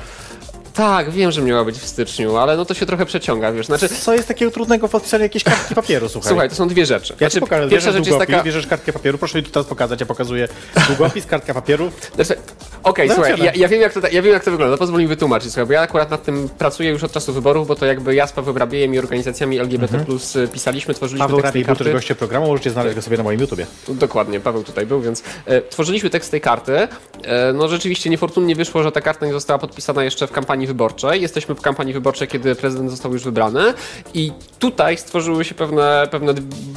Tak, wiem, że miała być w styczniu, ale no to się trochę przeciąga, wiesz, znaczy... Co jest takiego trudnego w podpisaniu jakiejś kartki papieru, słuchaj? Słuchaj, to są dwie rzeczy. Ja znaczy, ci pokażę, pierwsza bierzesz rzecz jest taka... bierzesz kartkę papieru, proszę mi tu teraz pokazać, ja pokazuję długopis, kartka papieru. Znaczy, Okej, no, słuchaj, ja, ja, wiem, jak to, ja wiem jak to wygląda, no pozwól mi wytłumaczyć, słuchaj, bo ja akurat nad tym pracuję już od czasu wyborów, bo to jakby ja z Paweł Rabiejem i organizacjami L G B T plus mm-hmm. pisaliśmy, tworzyliśmy Paweł tekst Rabiej tej był karty. też gościem programu, możecie znaleźć go sobie na moim YouTubie. Dokładnie, Paweł tutaj był, więc e, tworzyliśmy tekst tej karty. E, no rzeczywiście niefortunnie wyszło, że ta karta nie została podpisana jeszcze w kampanii wyborczej. Jesteśmy w kampanii wyborczej, kiedy prezydent został już wybrany i tutaj stworzyły się pewne, pewne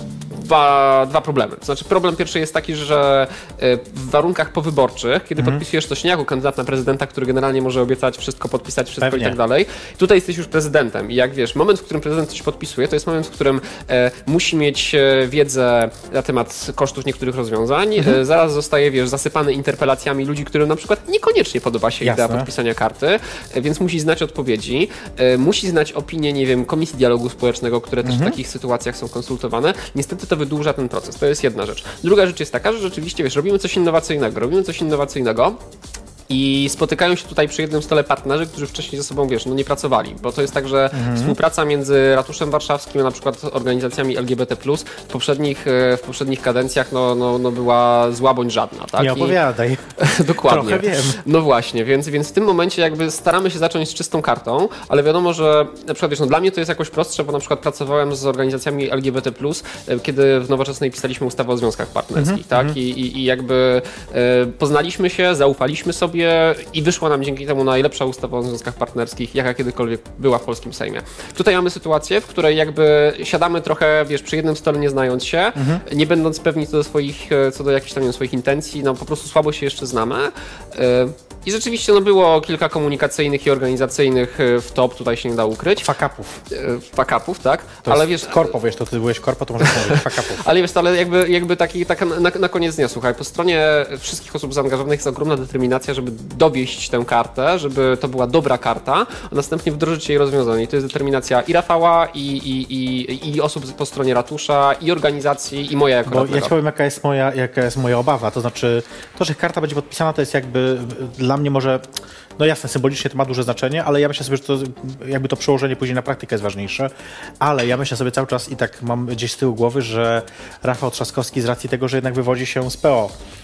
dwa, dwa problemy. To znaczy problem pierwszy jest taki, że w warunkach powyborczych, kiedy mhm. podpisujesz coś nie jako kandydat na prezydenta, który generalnie może obiecać wszystko, podpisać wszystko Pewnie. i tak dalej, tutaj jesteś już prezydentem i jak wiesz, moment, w którym prezydent coś podpisuje, to jest moment, w którym e, musi mieć wiedzę na temat kosztów niektórych rozwiązań, mhm. e, zaraz zostaje, wiesz, zasypany interpelacjami ludzi, którym na przykład niekoniecznie podoba się Jasne. idea podpisania karty, e, więc musi znać odpowiedzi, e, musi znać opinię, nie wiem, Komisji Dialogu Społecznego, które też mhm. w takich sytuacjach są konsultowane. Niestety to wydłuża ten proces. To jest jedna rzecz. Druga rzecz jest taka, że rzeczywiście, wiesz, robimy coś innowacyjnego. Robimy coś innowacyjnego i spotykają się tutaj przy jednym stole partnerzy, którzy wcześniej ze sobą, wiesz, no nie pracowali, bo to jest tak, że mhm. współpraca między Ratuszem Warszawskim, a na przykład organizacjami L G B T plus w poprzednich, w poprzednich kadencjach no, no, no była zła bądź żadna. Tak? Nie opowiadaj. I... Dokładnie. Trochę wiem. No właśnie, więc, więc w tym momencie jakby staramy się zacząć z czystą kartą, ale wiadomo, że na przykład, wiesz, no dla mnie to jest jakoś prostsze, bo na przykład pracowałem z organizacjami L G B T plus, kiedy w Nowoczesnej pisaliśmy ustawę o związkach partnerskich, mhm. tak? I, i, I jakby e, poznaliśmy się, zaufaliśmy sobie i wyszła nam dzięki temu najlepsza ustawa o związkach partnerskich, jaka kiedykolwiek była w polskim Sejmie. Tutaj mamy sytuację, w której jakby siadamy trochę, wiesz, przy jednym stole nie znając się, mhm. nie będąc pewni co do swoich, co do jakichś tam, nie wiem, swoich intencji, no po prostu słabo się jeszcze znamy. I rzeczywiście no było kilka komunikacyjnych i organizacyjnych w top, tutaj się nie da ukryć. Fakapów. Fakapów, tak. To ale jest wiesz, korpo, wiesz, to ty byłeś korpo, to możesz mówić fakapów. Ale wiesz, ale jakby, jakby taki, taka na, na koniec dnia, słuchaj, po stronie wszystkich osób zaangażowanych jest ogromna determinacja, żeby dowieść tę kartę, żeby to była dobra karta, a następnie wdrożyć jej rozwiązanie. I to jest determinacja i Rafała, i, i, i, i osób po stronie ratusza, i organizacji, i moja jako Bo radnego. ja ci powiem, jaka jest, moja, jaka jest moja obawa. To znaczy, to, że karta będzie podpisana, to jest jakby dla mnie może... No jasne, symbolicznie to ma duże znaczenie, ale ja myślę sobie, że to jakby to przełożenie później na praktykę jest ważniejsze, ale ja myślę sobie cały czas i tak mam gdzieś z tyłu głowy, że Rafał Trzaskowski z racji tego, że jednak wywodzi się z P O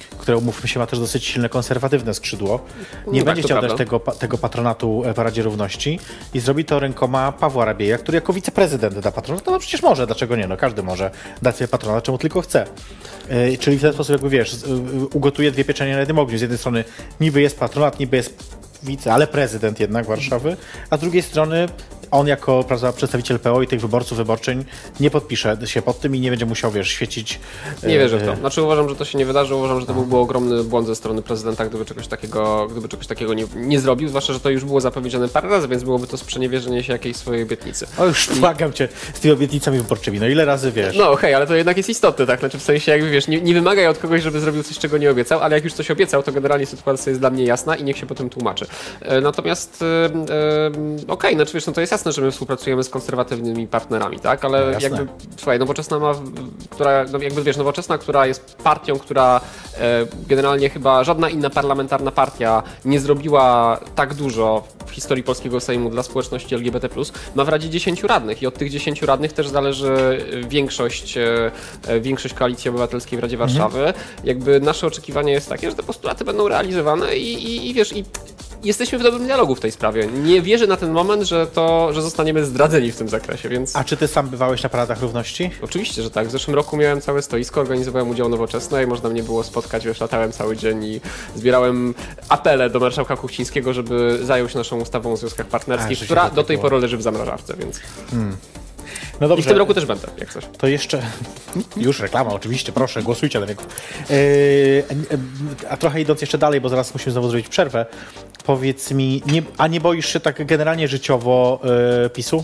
które umówmy się ma też dosyć silne konserwatywne skrzydło, nie No, będzie tak, chciał to dać tego, pa- tego patronatu e, Paradzie Równości i zrobi to rękoma Pawła Rabieja, który jako wiceprezydent da patronat. No przecież może, dlaczego nie? No każdy może dać sobie patronat, czemu tylko chce. E, czyli w ten sposób jakby wiesz, z- y, ugotuje dwie pieczenie na jednym ogniu. Z jednej strony niby jest patronat, niby jest wice, ale prezydent jednak Warszawy, a z drugiej strony on jako prawda, przedstawiciel P O i tych wyborców, wyborczyń nie podpisze się pod tym i nie będzie musiał, wiesz, świecić... Nie wierzę w to. Znaczy uważam, że to się nie wydarzy, uważam, że to byłby ogromny błąd ze strony prezydenta, gdyby czegoś takiego, gdyby czegoś takiego nie, nie zrobił, zwłaszcza, że to już było zapowiedziane parę razy, więc byłoby to sprzeniewierzenie się jakiejś swojej obietnicy. O już błagam cię z tymi obietnicami wyborczymi, no ile razy wiesz? No hej, ale to jednak jest istotne, tak? Znaczy w sensie jakby wiesz, nie, nie wymagaj od kogoś, żeby zrobił coś, czego nie obiecał, ale jak już coś obiecał, to generalnie sytuacja jest dla mnie jasna i niech się potem tłumaczy. E, natomiast e, e, okej, okay, znaczy wiesz, no to jest jasne, że my współpracujemy z konserwatywnymi partnerami, tak? Ale No, jakby, słuchaj, Nowoczesna ma, która, no jakby wiesz, Nowoczesna, która jest partią, która e, generalnie chyba żadna inna parlamentarna partia nie zrobiła tak dużo w historii polskiego Sejmu dla społeczności L G B T plus, ma w Radzie dziesięciu radnych i od tych dziesięciu radnych też zależy większość, e, większość Koalicji Obywatelskiej w Radzie Warszawy. Mhm. Jakby nasze oczekiwanie jest takie, że te postulaty będą realizowane i, i, i wiesz, i jesteśmy w dobrym dialogu w tej sprawie. Nie wierzę na ten moment, że to, że zostaniemy zdradzeni w tym zakresie, więc... A czy ty sam bywałeś na paradach równości? Oczywiście, że tak. W zeszłym roku miałem całe stoisko, organizowałem udział Nowoczesnej, można mnie było spotkać, wiesz, latałem cały dzień i zbierałem apele do marszałka Kuchcińskiego, żeby zajął się naszą ustawą o związkach partnerskich, A, która do tej pory leży w zamrażarce, więc... Hmm. No dobrze. I w tym roku też będę, jak coś. To jeszcze... Już reklama, oczywiście, proszę, głosujcie na niego. Yy, a trochę idąc jeszcze dalej, bo zaraz musimy znowu zrobić przerwę, powiedz mi, nie, a nie boisz się tak generalnie życiowo yy, PiSu?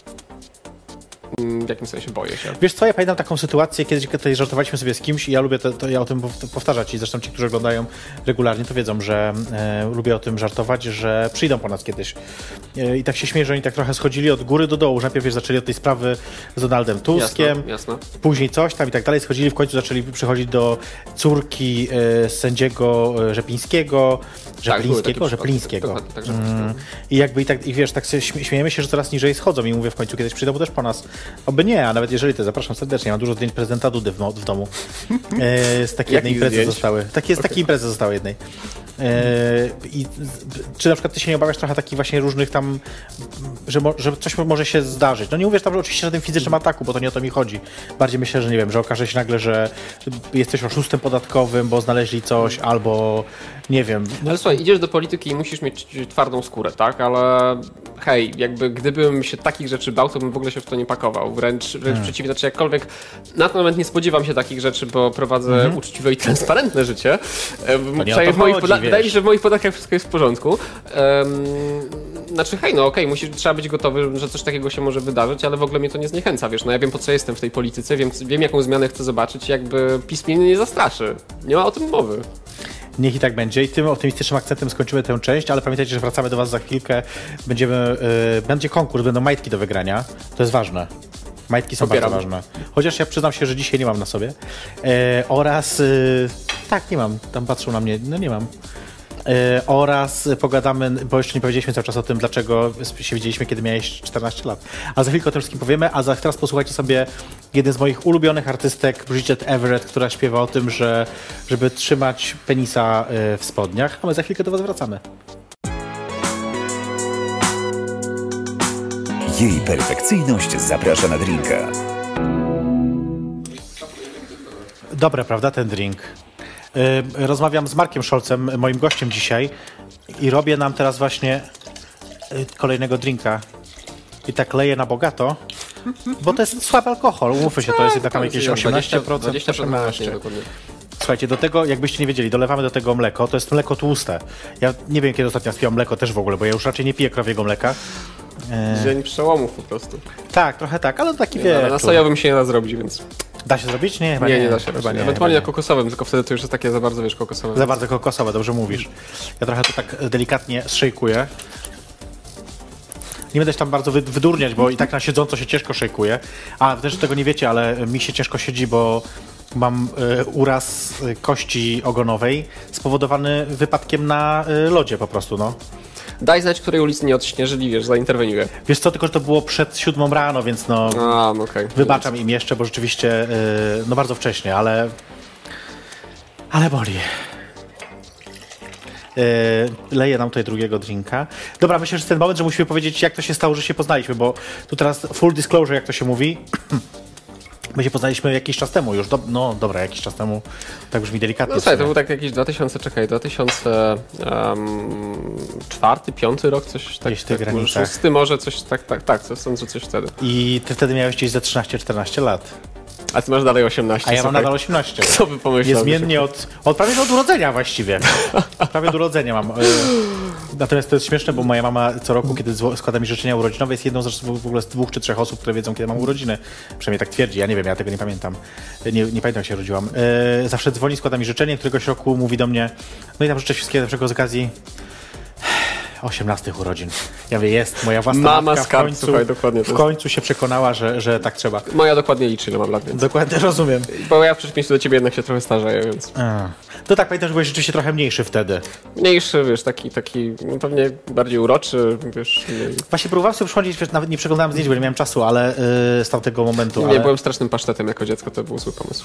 W jakim sensie boję się? Wiesz co, ja pamiętam taką sytuację, kiedyś tutaj żartowaliśmy sobie z kimś i ja lubię to, to ja o tym powtarzać i zresztą ci, którzy oglądają regularnie, to wiedzą, że e, lubię o tym żartować, że przyjdą po nas kiedyś. E, I tak się śmieję, że oni tak trochę schodzili od góry do dołu, że najpierw wiesz, zaczęli od tej sprawy z Donaldem Tuskiem, jasne, jasne. Później coś tam i tak dalej, schodzili, w końcu zaczęli przychodzić do córki e, sędziego Rzeplińskiego, Rzeplińskiego, tak, Rzeplińskiego. Tak, tak, mm. I jakby i tak, i wiesz, tak się śmiejemy się, że coraz niżej schodzą i mówię w końcu kiedyś przyjdą też po nas. Oby nie, a nawet jeżeli to, zapraszam serdecznie. Mam dużo zdjęć prezydenta Dudy w, w domu. E, z takiej jednej imprezy zdjęć? zostały. Takie, z Okay. takiej imprezy zostały jednej. E, i, czy na przykład ty się nie obawiasz trochę takich właśnie różnych tam, że, mo, że coś może się zdarzyć? No nie mówię tam, że oczywiście żadnym fizycznym ataku, bo to nie o to mi chodzi. Bardziej myślę, że nie wiem, że okaże się nagle, że jesteś oszustem podatkowym, bo znaleźli coś, albo nie wiem. No ale słuchaj, idziesz do polityki i musisz mieć twardą skórę, tak? Ale hej, jakby gdybym się takich rzeczy bał, to bym w ogóle się w to nie pakował. Wręcz, wręcz hmm. przeciwnie, znaczy jakkolwiek na ten moment nie spodziewam się takich rzeczy, bo prowadzę hmm. uczciwe i transparentne życie. To w moich chodzi, poda- wydaje mi się, że w moich podatkach wszystko jest w porządku. Um, znaczy hej, no okej, okay, trzeba być gotowy, że coś takiego się może wydarzyć, ale w ogóle mnie to nie zniechęca, wiesz, no ja wiem po co jestem w tej polityce, wiem, wiem jaką zmianę chcę zobaczyć, jakby PiS mnie nie zastraszy. Nie ma o tym mowy. Niech i tak będzie. I tym optymistycznym akcentem skończymy tę część, ale pamiętajcie, że wracamy do was za chwilkę. Będziemy, yy, będzie konkurs, będą majtki do wygrania. To jest ważne. Majtki są Popieram. bardzo ważne. Chociaż ja przyznam się, że dzisiaj nie mam na sobie. Yy, oraz... Yy, tak, nie mam. Tam patrzą na mnie. No nie mam. Yy, oraz pogadamy, bo jeszcze nie powiedzieliśmy cały czas o tym, dlaczego się widzieliśmy, kiedy miałeś czternaście lat. A za chwilkę o tym wszystkim powiemy, a za, teraz posłuchajcie sobie jeden z moich ulubionych artystek, Bridget Everett, która śpiewa o tym, że żeby trzymać penisa yy, w spodniach, a my za chwilkę do was wracamy. Jej perfekcyjność zaprasza na drinka. Dobre, prawda, ten drink? Yy, rozmawiam z Markiem Scholzem, moim gościem dzisiaj i robię nam teraz właśnie yy, kolejnego drinka. I tak leję na bogato, bo to jest słaby alkohol. Umówmy się, to jest jednak tam jakieś osiemnaście procent. dwadzieścia procent. Słuchajcie, do tego, jakbyście nie wiedzieli, dolewamy do tego mleko. To jest mleko tłuste. Ja nie wiem, kiedy ostatnio spiłam mleko też w ogóle, bo ja już raczej nie piję krowiego mleka. Dzień przełomów po prostu. Tak, trochę tak, ale taki nie, wieczór. Ale na sojowym się nie da zrobić, więc... Da się zrobić? Nie, chyba nie. Nie, nie da się. chyba nie. Ewentualnie na kokosowym, tylko wtedy to już jest takie za bardzo, wiesz, kokosowe. Za bardzo kokosowe, dobrze mówisz. Ja trochę to tak delikatnie szejkuję. Nie będę się tam bardzo wydurniać, bo i tak na siedząco się ciężko szejkuje. A też tego nie wiecie, ale mi się ciężko siedzi, bo mam y, uraz y, kości ogonowej spowodowany wypadkiem na y, lodzie po prostu, no. Daj znać, której ulicy nie odśnieżyli, wiesz, zainterweniuję. Wiesz co, tylko że to było przed siódmą rano, więc no, A, no okay. wybaczam im jeszcze, bo rzeczywiście, y, no bardzo wcześnie, ale Ale boli. Yy, leję nam tutaj drugiego drinka. Dobra, myślę, że jest ten moment, że musimy powiedzieć, jak to się stało, że się poznaliśmy, bo tu teraz full disclosure, jak to się mówi. My się poznaliśmy jakiś czas temu już. Do, no dobra, jakiś czas temu. Tak brzmi delikatnie. No słuchaj, to był tak jakiś dwa tysiące, czekaj, dwa tysiące czwarty, piąty rok, coś tak, Gdzieś w tych tak granicach. szósty może, coś tak, tak, tak, coś, sądzę, coś wtedy. I ty wtedy miałeś gdzieś ze trzynaście czternaście lat. A ty masz dalej osiemnaście. A ja mam słuchaj. nadal osiemnaście. Co by pomyślał? Niezmiennie od, od prawie od urodzenia właściwie. Prawie od urodzenia mam. Natomiast to jest śmieszne, bo moja mama co roku, kiedy zło- składa mi życzenia urodzinowe, jest jedną z w ogóle z dwóch czy trzech osób, które wiedzą, kiedy mam urodziny. Przynajmniej tak twierdzi. Ja nie wiem, ja tego nie pamiętam. Nie, nie pamiętam, jak się rodziłam. E, zawsze dzwoni, składa mi życzenie, któregoś roku mówi do mnie, no i tam życzę wszystkiego lepszego z okazji osiemnastych urodzin. Ja wiem, jest moja własna Mama matka z w kart, końcu, słuchaj, dokładnie. w końcu się przekonała, że, że tak trzeba. Moja dokładnie liczy, ile mam lat, więc. Dokładnie rozumiem. Bo ja w przeciwieństwie do ciebie jednak się trochę starzeję, więc. A. To tak, pamiętam, że byłeś rzeczywiście trochę mniejszy wtedy. Mniejszy, wiesz, taki, taki, no pewnie bardziej uroczy, wiesz. Nie, Właśnie próbowałem sobie przypomnieć, wiesz, nawet nie przeglądałem zdjęć, bo nie miałem czasu, ale yy, z tamtego momentu. nie ale... byłem strasznym pasztetem jako dziecko, to był zły pomysł.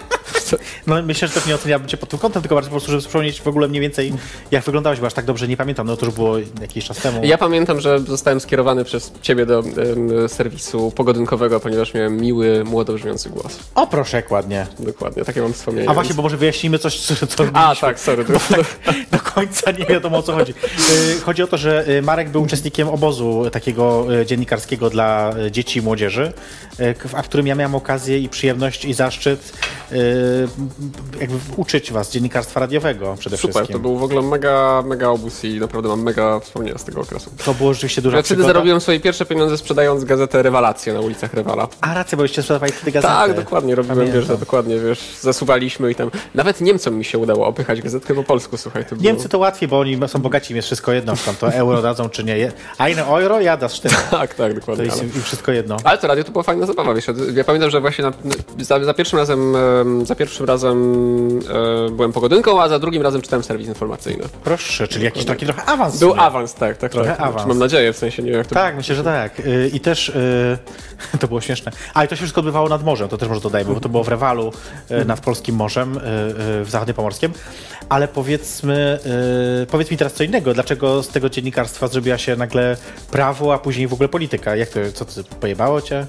No myślę, że też nie oceniałbym cię pod tym kątem, tylko bardziej po prostu, żeby przypomnieć w ogóle mniej więcej, jak wyglądałeś, bo aż tak dobrze nie pamiętam, no to już było jakiś czas temu. Ja pamiętam, że zostałem skierowany przez ciebie do um, serwisu pogodynkowego, ponieważ miałem miły, młodo brzmiący głos. O proszę, jak ładnie. Dokładnie, takie mam wspomnienie. A właśnie, bo może wyjaśnimy coś, co, co A, robiliśmy. tak, sorry. Bo tak do końca nie wiadomo, o co chodzi. Yy, chodzi o to, że yy, Marek był uczestnikiem obozu takiego yy, dziennikarskiego dla yy, dzieci i młodzieży, yy, a w którym ja miałem okazję i przyjemność i zaszczyt yy, jakby uczyć was dziennikarstwa radiowego przede Super, wszystkim. to był w ogóle mega, mega obóz i naprawdę mam mega wspomnienia z tego okresu. To było rzeczywiście duża Ja wtedy przygoda. zarobiłem swoje pierwsze pieniądze sprzedając gazetę Rewelacje na ulicach Rewala. A racja, bo jeszcze sprzedawali wtedy gazety. Tak, dokładnie, robiłem, Pamiętam. wiesz, to dokładnie, wiesz, zasuwaliśmy i tam, nawet Niemcom mi się udało opychać gazetkę po polsku, słuchaj, to było... Niemcy to łatwiej, bo oni są bogaci, im jest wszystko jedno, czy tam to euro dadzą, czy nie. Eine euro, ja dasz ty. Tak, tak, To dokładnie. jest Ale... im wszystko jedno. ale to radio to była fajna zabawa, wiesz, ja pamiętam, że właśnie na, za, za pierwszym razem, em, za pierwszym razem e, byłem pogodynką, a za drugim razem czytałem serwis informacyjny. Proszę, czyli jakiś taki trochę awans. w Był sumie. awans, tak, tak, Trochę tak. awans. Mam nadzieję, w sensie nie wiem jak to... Tak, myślę, że tak. Yy, I też yy, to było śmieszne. A i to się wszystko odbywało nad morzem, to też może dodajmy, bo to było w Rewalu yy, nad Polskim Morzem, yy, yy, w Zachodniopomorskim. Ale powiedzmy, yy, powiedz mi teraz co innego. Dlaczego z tego dziennikarstwa zrobiła się nagle prawo, a później w ogóle polityka? Jak to, co to pojebało cię?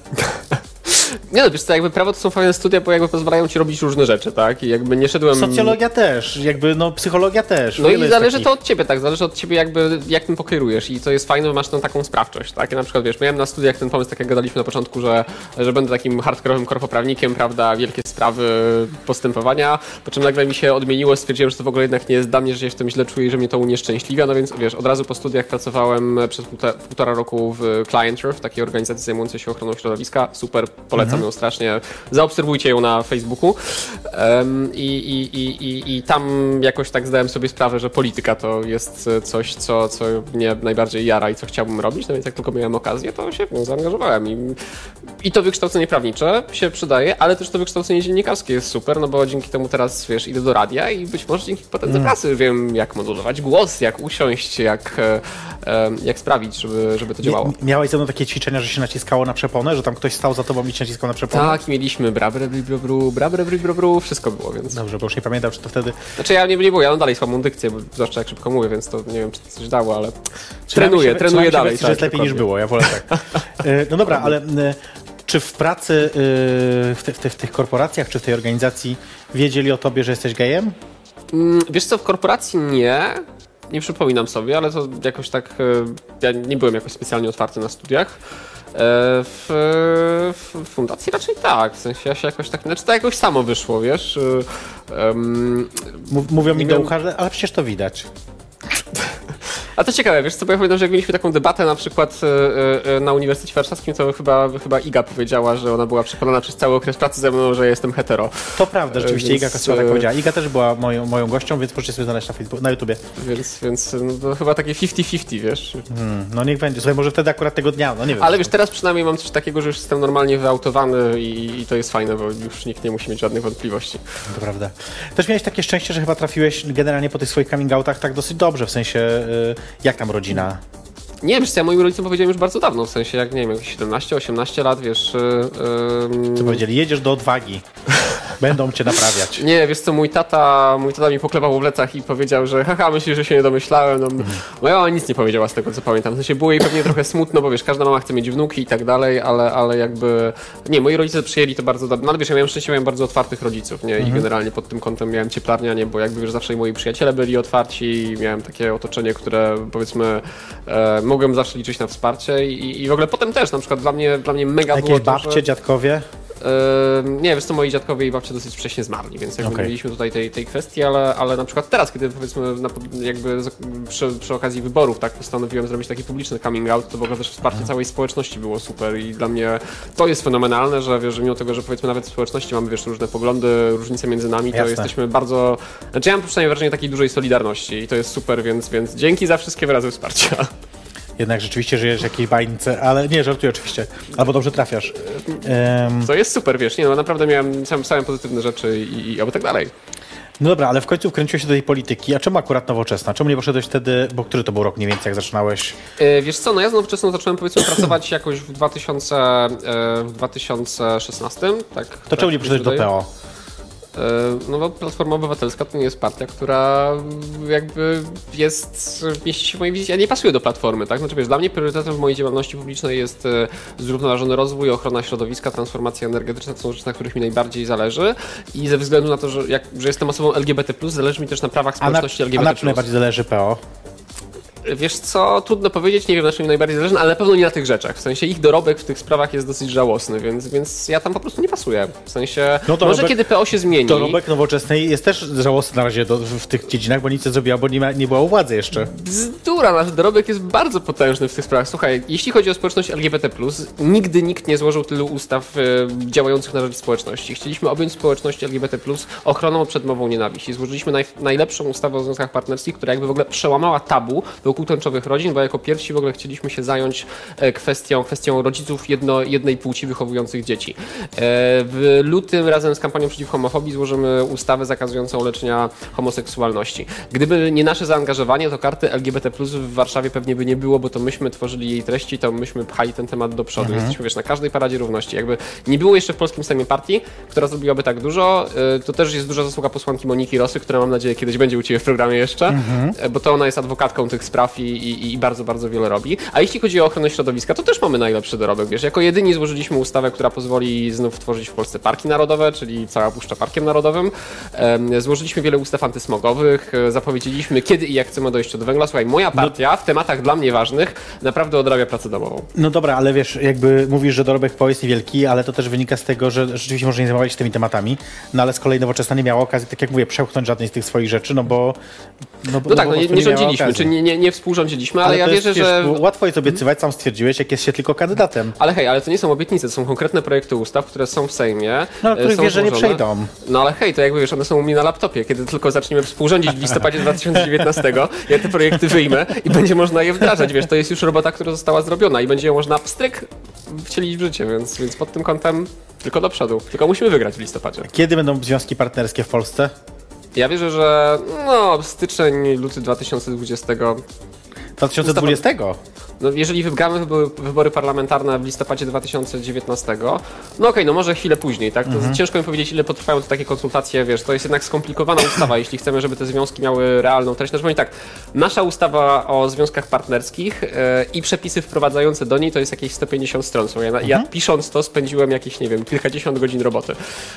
Nie no, wiesz co, jakby prawo to są fajne studia, bo jakby pozwalają ci robić różne rzeczy, tak? I jakby nie szedłem... Socjologia też, jakby no psychologia też. No Wiele i jest zależy takich. to od ciebie, tak? Zależy od ciebie jakby, jak tym pokierujesz i to jest fajne, bo masz tą taką sprawczość, tak? Ja na przykład, wiesz, miałem na studiach ten pomysł, tak jak gadaliśmy na początku, że, że będę takim hardkorowym korpoprawnikiem, prawda, wielkie sprawy postępowania, po czym nagle mi się odmieniło, stwierdziłem, że to w ogóle jednak nie jest dla mnie, że się w tym źle czuję i że mnie to unieszczęśliwia, no więc, wiesz, od razu po studiach pracowałem przez półtora, półtora roku w Client w takiej organizacji zajmującej się ochroną środowiska, super, polecam Mhm. ją strasznie, zaobserwujcie ją na Facebooku um, i, i, i, i, i tam jakoś tak zdałem sobie sprawę, że polityka to jest coś, co, co mnie najbardziej jara i co chciałbym robić, no więc jak tylko miałem okazję, to się w nią zaangażowałem i, i to wykształcenie prawnicze się przydaje, ale też to wykształcenie dziennikarskie jest super, no bo dzięki temu teraz, wiesz, idę do radia i być może dzięki potem do pracy wiem, jak modulować głos, jak usiąść, jak, e, jak sprawić, żeby, żeby to działało. Mi- Miałeś ze mną takie ćwiczenia, że się naciskało na przeponę, że tam ktoś stał za tobą i cię naciskał na przeponę? Tak, mieliśmy brabrebru, brabrebru, wszystko było, więc... Dobrze, bo już nie pamiętam, czy to wtedy... Znaczy ja nie, nie było, ja mam dalej słabą dykcję, bo zwłaszcza jak szybko mówię, więc to nie wiem, czy to coś dało, ale trenuję, Trzymamy się- trenuję trzymamy się dalej. wersji, że jest lepiej niż było, ja wolę tak. E, No dobra, ale e, czy w pracy e, w, te, w, te, w tych korporacjach, czy w tej organizacji wiedzieli o tobie, że jesteś gejem? Mm, Wiesz co, w korporacji nie, nie przypominam sobie, ale to jakoś tak, e, ja nie byłem jakoś specjalnie otwarty na studiach. E, W, w fundacji raczej tak, w sensie ja się jakoś tak, znaczy to jakoś samo wyszło, wiesz. E, em, Mów- Mówią mi Nie do wiem. ucha, że- ale przecież to widać. A to ciekawe, wiesz co, bo ja pamiętam, że jak mieliśmy taką debatę na przykład e, e, na Uniwersytecie Warszawskim, to chyba, chyba Iga powiedziała, że ona była przekonana przez cały okres pracy ze mną, że jestem hetero. To prawda, rzeczywiście Więc, Iga Kosła tak e, powiedziała. Iga też była moją, moją gością, więc możecie sobie znaleźć na Facebooku, na YouTubie. Więc, więc no, to chyba takie pięćdziesiąt pięćdziesiąt, wiesz. Hmm, no niech będzie. Słuchaj, może wtedy akurat tego dnia, no nie wiem. Ale wiesz, teraz przynajmniej mam coś takiego, że już jestem normalnie wyautowany i, i to jest fajne, bo już nikt nie musi mieć żadnych wątpliwości. To prawda. Też miałeś takie szczęście, że chyba trafiłeś generalnie po tych swoich coming outach tak dosyć dobrze, w sensie y, jak tam rodzina? Nie wiem, wiesz co, ja moim rodzicom powiedziałem już bardzo dawno, w sensie jak, nie wiem, jakieś siedemnaście osiemnaście lat, wiesz... Yy, Co powiedzieli? Jedziesz do odwagi. Będą cię naprawiać. Nie, wiesz co, mój tata, mój tata mi poklepał po plecach i powiedział, że haha, myślisz, że się nie domyślałem. No, mm. Moja mama nic nie powiedziała z tego, co pamiętam. W sensie było jej pewnie trochę smutno, bo wiesz, każda mama chce mieć wnuki i tak dalej, ale, ale jakby... Nie, moi rodzice przyjęli to bardzo dobrze. No ale wiesz, ja miałem szczęście, miałem bardzo otwartych rodziców, nie? I mhm. generalnie pod tym kątem miałem cieplarnia, nie? Bo jakby wiesz, zawsze moi przyjaciele byli otwarci i miałem takie otoczenie, które powiedzmy e, mogłem zawsze liczyć na wsparcie i, i w ogóle potem też, na przykład dla mnie, dla mnie mega Jakieś było to, babcie, że... dziadkowie? Yy, nie, wiesz co, moi dziadkowie i babcie dosyć wcześnie zmarli, więc jakby okay. nie mieliśmy tutaj tej, tej kwestii, ale, ale na przykład teraz, kiedy powiedzmy na, jakby przy, przy okazji wyborów tak postanowiłem zrobić taki publiczny coming out, to w ogóle też wsparcie mhm. całej społeczności było super i dla mnie to jest fenomenalne, że wiesz, że mimo tego, że powiedzmy nawet w społeczności mamy wiesz różne poglądy, różnice między nami, to Jasne. jesteśmy bardzo, znaczy ja mam przynajmniej wrażenie takiej dużej solidarności i to jest super, więc, więc dzięki za wszystkie wyrazy wsparcia. Jednak rzeczywiście żyjesz w jakiejś bańce, ale nie, żartuję oczywiście. Albo dobrze trafiasz. Um... To jest super, wiesz, nie no, naprawdę miałem sam, same pozytywne rzeczy i, i albo tak dalej. No dobra, ale w końcu wkręciłeś się do tej polityki. A czemu akurat Nowoczesna? Czemu nie poszedłeś wtedy, bo który to był rok mniej więcej, jak zaczynałeś? Yy, wiesz co, no ja z Nowoczesną zacząłem powiedzmy pracować jakoś w, dwa tysiące, yy, w dwa tysiące szesnastym. Tak, to czemu nie poszedłeś do P O? No bo Platforma Obywatelska to nie jest partia, która jakby jest, mieści się w mojej wizji, ja nie pasuję do Platformy, tak? Znaczy wiesz, dla mnie priorytetem w mojej działalności publicznej jest zrównoważony rozwój, ochrona środowiska, transformacja energetyczna, to są rzeczy, na których mi najbardziej zależy i ze względu na to, że, jak, że jestem osobą L G B T plus, zależy mi też na prawach społeczności a na, L G B T plus. A na czym najbardziej zależy P O? Wiesz co, trudno powiedzieć, nie wiem na czym mi najbardziej zależy, ale na pewno nie na tych rzeczach. W sensie ich dorobek w tych sprawach jest dosyć żałosny, więc, więc ja tam po prostu nie pasuję. W sensie, no może kiedy P O się zmieni... Dorobek Nowoczesnej jest też żałosny na razie do, w tych dziedzinach, bo nic nie zrobiła, bo nie, ma, nie była u władzy jeszcze. Bzdura, nasz dorobek jest bardzo potężny w tych sprawach. Słuchaj, jeśli chodzi o społeczność L G B T plus, nigdy nikt nie złożył tylu ustaw y, działających na rzecz społeczności. Chcieliśmy objąć społeczność L G B T plus ochroną przed mową nienawiści. Złożyliśmy naj, najlepszą ustawę o związkach partnerskich, która jakby w ogóle przełamała tabu wokół tęczowych rodzin, bo jako pierwsi w ogóle chcieliśmy się zająć kwestią, kwestią rodziców jedno, jednej płci wychowujących dzieci. W lutym razem z kampanią przeciw homofobii złożymy ustawę zakazującą leczenia homoseksualności. Gdyby nie nasze zaangażowanie, to karty L G B T plus w Warszawie pewnie by nie było, bo to myśmy tworzyli jej treści, to myśmy pchali ten temat do przodu. Mhm. Jesteśmy wiesz, na każdej paradzie równości. Jakby nie było jeszcze w polskim Sejmie partii, która zrobiłaby tak dużo. To też jest duża zasługa posłanki Moniki Rosy, która mam nadzieję kiedyś będzie u Ciebie w programie jeszcze, mhm. bo to ona jest adwokatką tych spraw i, i, i bardzo, bardzo wiele robi. A jeśli chodzi o ochronę środowiska, to też mamy najlepszy dorobek. Wiesz, jako jedyni złożyliśmy ustawę, która pozwoli znów tworzyć w Polsce parki narodowe, czyli cała Puszcza Parkiem Narodowym. Złożyliśmy wiele ustaw antysmogowych, zapowiedzieliśmy, kiedy i jak chcemy dojść do węgla. Słuchaj, moja partia w tematach dla mnie ważnych naprawdę odrabia pracę domową. No dobra, ale wiesz, jakby mówisz, że dorobek P O jest niewielki, ale to też wynika z tego, że rzeczywiście może nie zajmować się tymi tematami, no ale z kolei Nowoczesna nie miała okazji, tak jak mówię, przełknąć żadnej z tych swoich rzeczy, no bo... No, no, no tak, no nie, nie rządziliśmy, czy nie, nie, nie współrządziliśmy, ale, ale ja wierzę, jest, że... Wiesz, łatwo jest obiecywać, sam stwierdziłeś, jak jest się tylko kandydatem. Ale hej, ale to nie są obietnice, to są konkretne projekty ustaw, które są w Sejmie. No, ale których wiesz, że nie przejdą. No ale hej, to jakby wiesz, one są u mnie na laptopie, kiedy tylko zaczniemy współrządzić w listopadzie dwa tysiące dziewiętnastego, ja te projekty wyjmę i będzie można je wdrażać, wiesz, to jest już robota, która została zrobiona i będzie ją można pstryk wcielić w życie, więc, więc pod tym kątem tylko do przodu. Tylko musimy wygrać w listopadzie. Kiedy będą związki partnerskie w Polsce? Ja wierzę, że no styczeń, luty dwa tysiące dwudziestego. dwa tysiące dwudziestego? No, jeżeli wygramy wybory, wybory parlamentarne w listopadzie dwa tysiące dziewiętnastego, no okej, okay, no może chwilę później, tak? To mhm. ciężko mi powiedzieć, ile potrwają te takie konsultacje, wiesz, to jest jednak skomplikowana ustawa, jeśli chcemy, żeby te związki miały realną treść. Znaczy, tak, nasza ustawa o związkach partnerskich yy, i przepisy wprowadzające do niej to jest jakieś sto pięćdziesiąt stron. Ja, mhm. ja pisząc to spędziłem jakieś, nie wiem, kilkadziesiąt godzin roboty,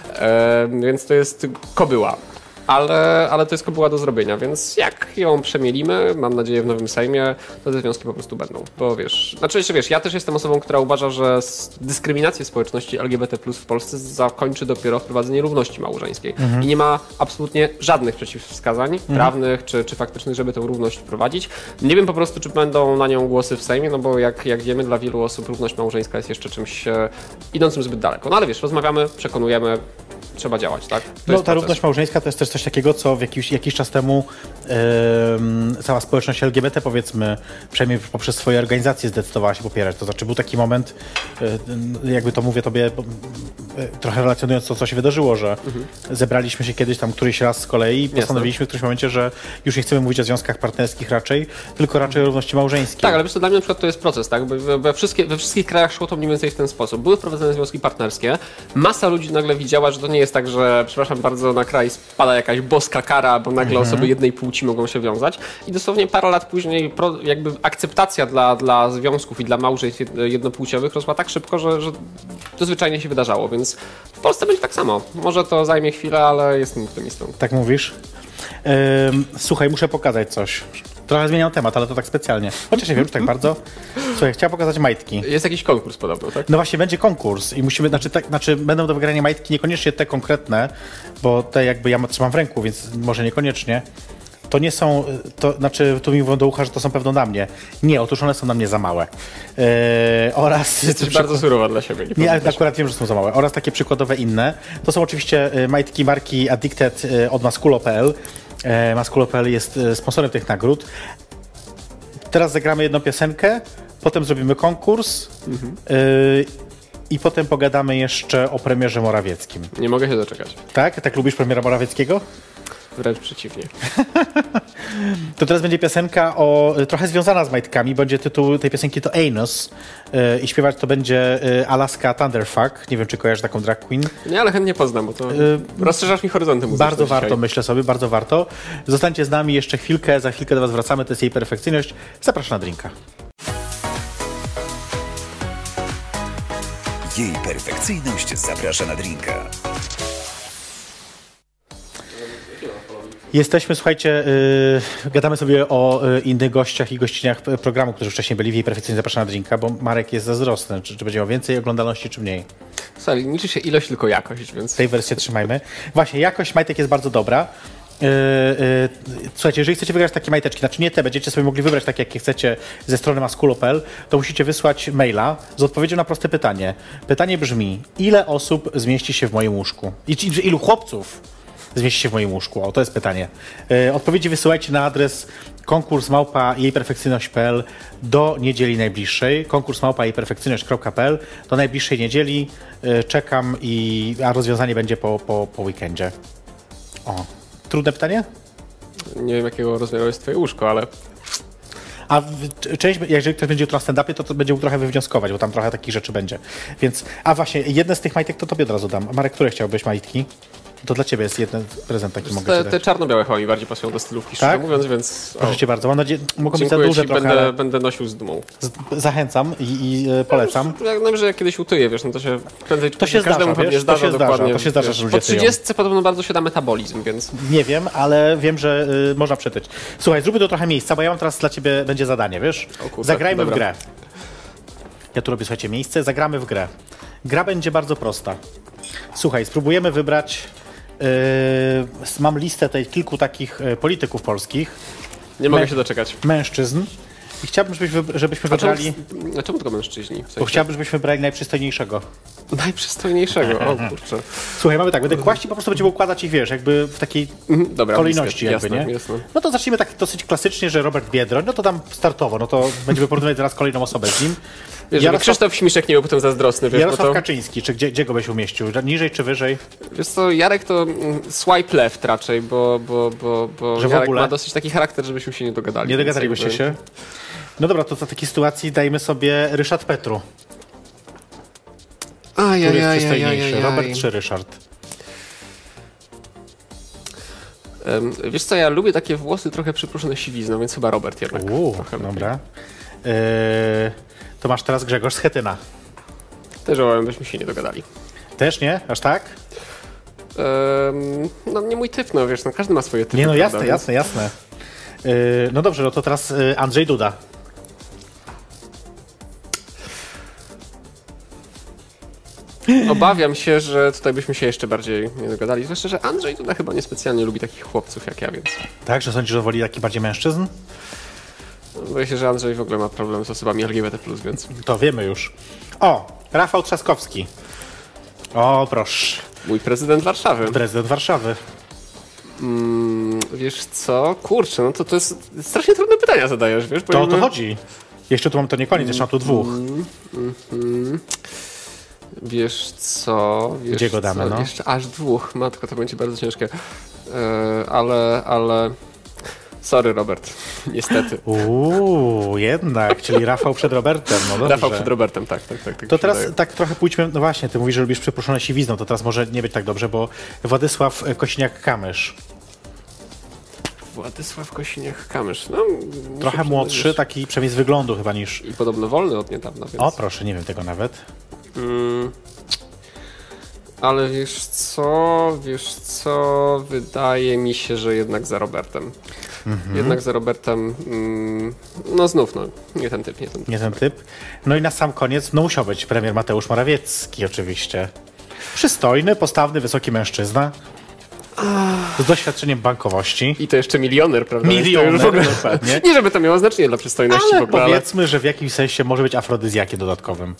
yy, więc to jest kobyła. Ale, ale to jest kobyła do zrobienia, więc jak ją przemielimy, mam nadzieję w nowym Sejmie, to te związki po prostu będą. Bo wiesz, znaczy jeszcze wiesz, ja też jestem osobą, która uważa, że dyskryminację społeczności L G B T plus w Polsce zakończy dopiero wprowadzenie równości małżeńskiej. Mhm. I nie ma absolutnie żadnych przeciwwskazań mhm. prawnych czy, czy faktycznych, żeby tę równość wprowadzić. Nie wiem po prostu, czy będą na nią głosy w Sejmie, no bo jak, jak wiemy, dla wielu osób równość małżeńska jest jeszcze czymś e, idącym zbyt daleko. No ale wiesz, rozmawiamy, przekonujemy, trzeba działać, tak? To no ta proces. Równość małżeńska to jest też coś takiego, co w jakiś, jakiś czas temu yy, cała społeczność L G B T, powiedzmy, przynajmniej poprzez swoje organizacje zdecydowała się popierać. To znaczy był taki moment, yy, jakby to mówię tobie, yy, trochę relacjonując to, co się wydarzyło, że mhm. zebraliśmy się kiedyś tam któryś raz z kolei i postanowiliśmy w którymś momencie, że już nie chcemy mówić o związkach partnerskich raczej, tylko raczej o równości małżeńskiej. Tak, ale wiesz co, dla mnie na przykład to jest proces, tak? We, we, wszystkie, we wszystkich krajach szło to mniej więcej w ten sposób. Były wprowadzone związki partnerskie, masa ludzi nagle widziała, że to nie jest tak, że przepraszam bardzo, na kraj spada jakaś boska kara, bo nagle Mhm. osoby jednej płci mogą się wiązać. I dosłownie parę lat później pro, jakby akceptacja dla, dla związków i dla małżeństw jednopłciowych rosła tak szybko, że, że to zwyczajnie się wydarzało, więc w Polsce będzie tak samo. Może to zajmie chwilę, ale jestem optymistą. Tak mówisz? Ym, słuchaj, muszę pokazać coś. Trochę zmieniam temat, ale to tak specjalnie. Chociaż nie wiem, czy tak bardzo. Słuchaj, chciałem pokazać majtki. Jest jakiś konkurs podobno, tak? No właśnie, będzie konkurs i musimy, znaczy, tak, znaczy będą do wygrania majtki, niekoniecznie te konkretne, bo te jakby ja trzymam w ręku, więc może niekoniecznie. To nie są, to znaczy tu mi mówią do ucha, że to są pewno na mnie. Nie, otóż one są na mnie za małe. Yy, oraz... Jesteś bardzo surowa dla siebie. Nie, nie, akurat wiem, że są za małe. Oraz takie przykładowe inne. To są oczywiście majtki marki Addicted od Maskulo kropka p l. Maskulo kropka p l jest sponsorem tych nagród. Teraz zagramy jedną piosenkę, potem zrobimy konkurs mhm. yy, i potem pogadamy jeszcze o premierze Morawieckim. Nie mogę się doczekać. Tak? Tak lubisz premiera Morawieckiego? Wręcz przeciwnie. To teraz będzie piosenka o, trochę związana z majtkami. Będzie tytuł tej piosenki to Anus yy, i śpiewać to będzie yy, Alaska Thunderfuck. Nie wiem, czy kojarzysz taką drag queen. Nie, ale chętnie poznam, bo to yy, rozszerzasz mi horyzonty muzyczne. Bardzo dzisiaj. warto, myślę sobie, bardzo warto. Zostańcie z nami jeszcze chwilkę, za chwilkę do was wracamy. To jest jej perfekcyjność. Zapraszam na drinka. Jej perfekcyjność zaprasza na drinka. Jesteśmy, słuchajcie, yy, gadamy sobie o yy, innych gościach i gościniach programu, którzy wcześniej byli w jej perfekcyjnie zapraszana na drinka, bo Marek jest zazdrosny, czy, czy będzie miał więcej oglądalności, czy mniej. Słuchaj, liczy się ilość, tylko jakość, więc... Tej wersji trzymajmy. Właśnie, jakość majtek jest bardzo dobra. Yy, yy, słuchajcie, jeżeli chcecie wygrać takie majteczki, znaczy nie te, będziecie sobie mogli wybrać takie, jakie chcecie ze strony maskulo kropka p l, to musicie wysłać maila z odpowiedzią na proste pytanie. Pytanie brzmi, ile osób zmieści się w moim łóżku? I, i ilu chłopców zmieści się w moim łóżku? O, to jest pytanie. Yy, odpowiedzi wysyłajcie na adres konkurs małpa jej perfekcyjność kropka p l do niedzieli najbliższej. Konkurs małpa jej perfekcyjność kropka p l do najbliższej niedzieli. Yy, czekam, i, a rozwiązanie będzie po, po, po weekendzie. O. Trudne pytanie? Nie wiem, jakiego rozmiaru jest twoje łóżko, ale... A w- część, jeżeli ktoś będzie jutro na stand-upie, to, to będzie mógł trochę wywnioskować, bo tam trochę takich rzeczy będzie. Więc, a właśnie, jedne z tych majtek to tobie od razu dam. Marek, które chciałbyś majtki? To dla ciebie jest jeden prezent, taki mogę Te, ci te dać. czarno-białe chyba mi bardziej pasują do stylówki, szczerze Tak? mówiąc, więc... Proszę cię bardzo. Mam nadzieję, mogą być za Dziękuję duże ci, trochę, będę, ale będę nosił z dumą. z- zachęcam i, i e, polecam. Jak najwyżej jak kiedyś utyję, wiesz, no to się prędzej czy To się później każdemu zdarza, pewnie wiesz, to się zdarza, dokładnie. to się zdarza, wiesz, że ludzie po tyją. trzydziestce podobno bardzo się da metabolizm, więc... Nie wiem, ale wiem, że y, można przetyć. Słuchaj, zróbmy to trochę miejsca, bo ja mam teraz dla ciebie, będzie zadanie, wiesz? O kurczę, Zagrajmy dobra. w grę. Ja tu robię, słuchajcie, miejsce, zagramy w grę. Gra będzie bardzo prosta. Słuchaj, spróbujemy wybrać... Yy, mam listę tej kilku takich y, polityków polskich, Nie mogę Me- się doczekać. mężczyzn, i chciałbym, żebyśmy, wy- żebyśmy A czemu, wybrali... a czemu tylko mężczyźni? W sensie? Bo chciałbym, żebyśmy wybrali najprzystojniejszego. Najprzystojniejszego, o kurczę. Słuchaj, mamy tak, będę kłaść i po prostu będziemy układać ich, wiesz, jakby w takiej Mhm, dobra, kolejności jasne, jakby, jasne, nie? jasne. No to zacznijmy tak dosyć klasycznie, że Robert Biedroń, no to tam startowo, no to będziemy porównywać teraz kolejną osobę z nim. Wiesz, żeby Krzysztof Śmiszek nie był potem zazdrosny, wiesz, Jarosław bo to... Kaczyński, czy gdzie, gdzie go byś umieścił? Niżej czy wyżej? Wiesz co, Jarek to mm, swipe left raczej, bo, bo, bo, bo Że w Jarek ogóle? ma dosyć taki charakter, żebyśmy się nie dogadali. Nie więc dogadalibyście jakby- się? No dobra, to w takiej sytuacji dajmy sobie Ryszard Petru, który jest Ajajaj, przystojniejszy. ajajaj. Robert czy Ryszard? Em, Wiesz co, ja lubię takie włosy trochę przypruszone siwizną, więc chyba Robert jednak. Uuu, trochę lepiej. dobra. Yy, to masz teraz Grzegorz Schetyna. Też żałuję, byśmy się nie dogadali. Też nie? Aż tak? Em, no nie mój typ, no wiesz, no każdy ma swoje typy. Nie, no prawda, jasne, więc- jasne, jasne. Yy, no dobrze, no to teraz yy, Andrzej Duda. Obawiam się, że tutaj byśmy się jeszcze bardziej nie dogadali. Zwłaszcza, że Andrzej tutaj chyba niespecjalnie lubi takich chłopców jak ja, więc Tak, że sądzisz, że woli taki bardziej mężczyzn? boję się, że Andrzej w ogóle ma problem z osobami L G B T plus, więc To wiemy już. O, Rafał Trzaskowski. O, proszę. mój prezydent Warszawy. Prezydent Warszawy. Mm, wiesz co? Kurczę, no to to jest strasznie trudne pytania zadajesz, wiesz? To o to jakby- chodzi. Jeszcze tu mam to nie koniec, jeszcze mam tu dwóch. Wiesz co? Wiesz Gdzie go damy, co? no? Jeszcze aż dwóch. Matko, to będzie bardzo ciężkie. E, ale, ale... Sorry, Robert. Niestety. Uuu, jednak, czyli Rafał przed Robertem. No dobrze. Rafał przed Robertem, tak. tak, tak, tak to teraz wydaje. tak trochę pójdźmy, no właśnie, ty mówisz, że lubisz przypuszczone siwizną, to teraz może nie być tak dobrze, bo Władysław Kosiniak-Kamysz. Władysław Kosiniak-Kamysz. No, Trochę młodszy, wiesz. Taki przynajmniej z wyglądu chyba niż... I podobno wolny od niedawna, więc... O, proszę, nie wiem tego nawet. Mm, ale wiesz co, wiesz co, wydaje mi się, że jednak za Robertem. Mm-hmm. Jednak za Robertem, mm, no znów, no, nie ten typ, nie ten typ. Nie ten typ. No i na sam koniec, no musiał być premier Mateusz Morawiecki oczywiście. Przystojny, postawny, wysoki mężczyzna. Z doświadczeniem bankowości. I to jeszcze milioner, prawda? Milioner, w ogóle... dokładnie. Nie, żeby to miało znaczenie dla przystojności ale w ogóle. powiedzmy, ale... że w jakimś sensie może być afrodyzjakiem dodatkowym.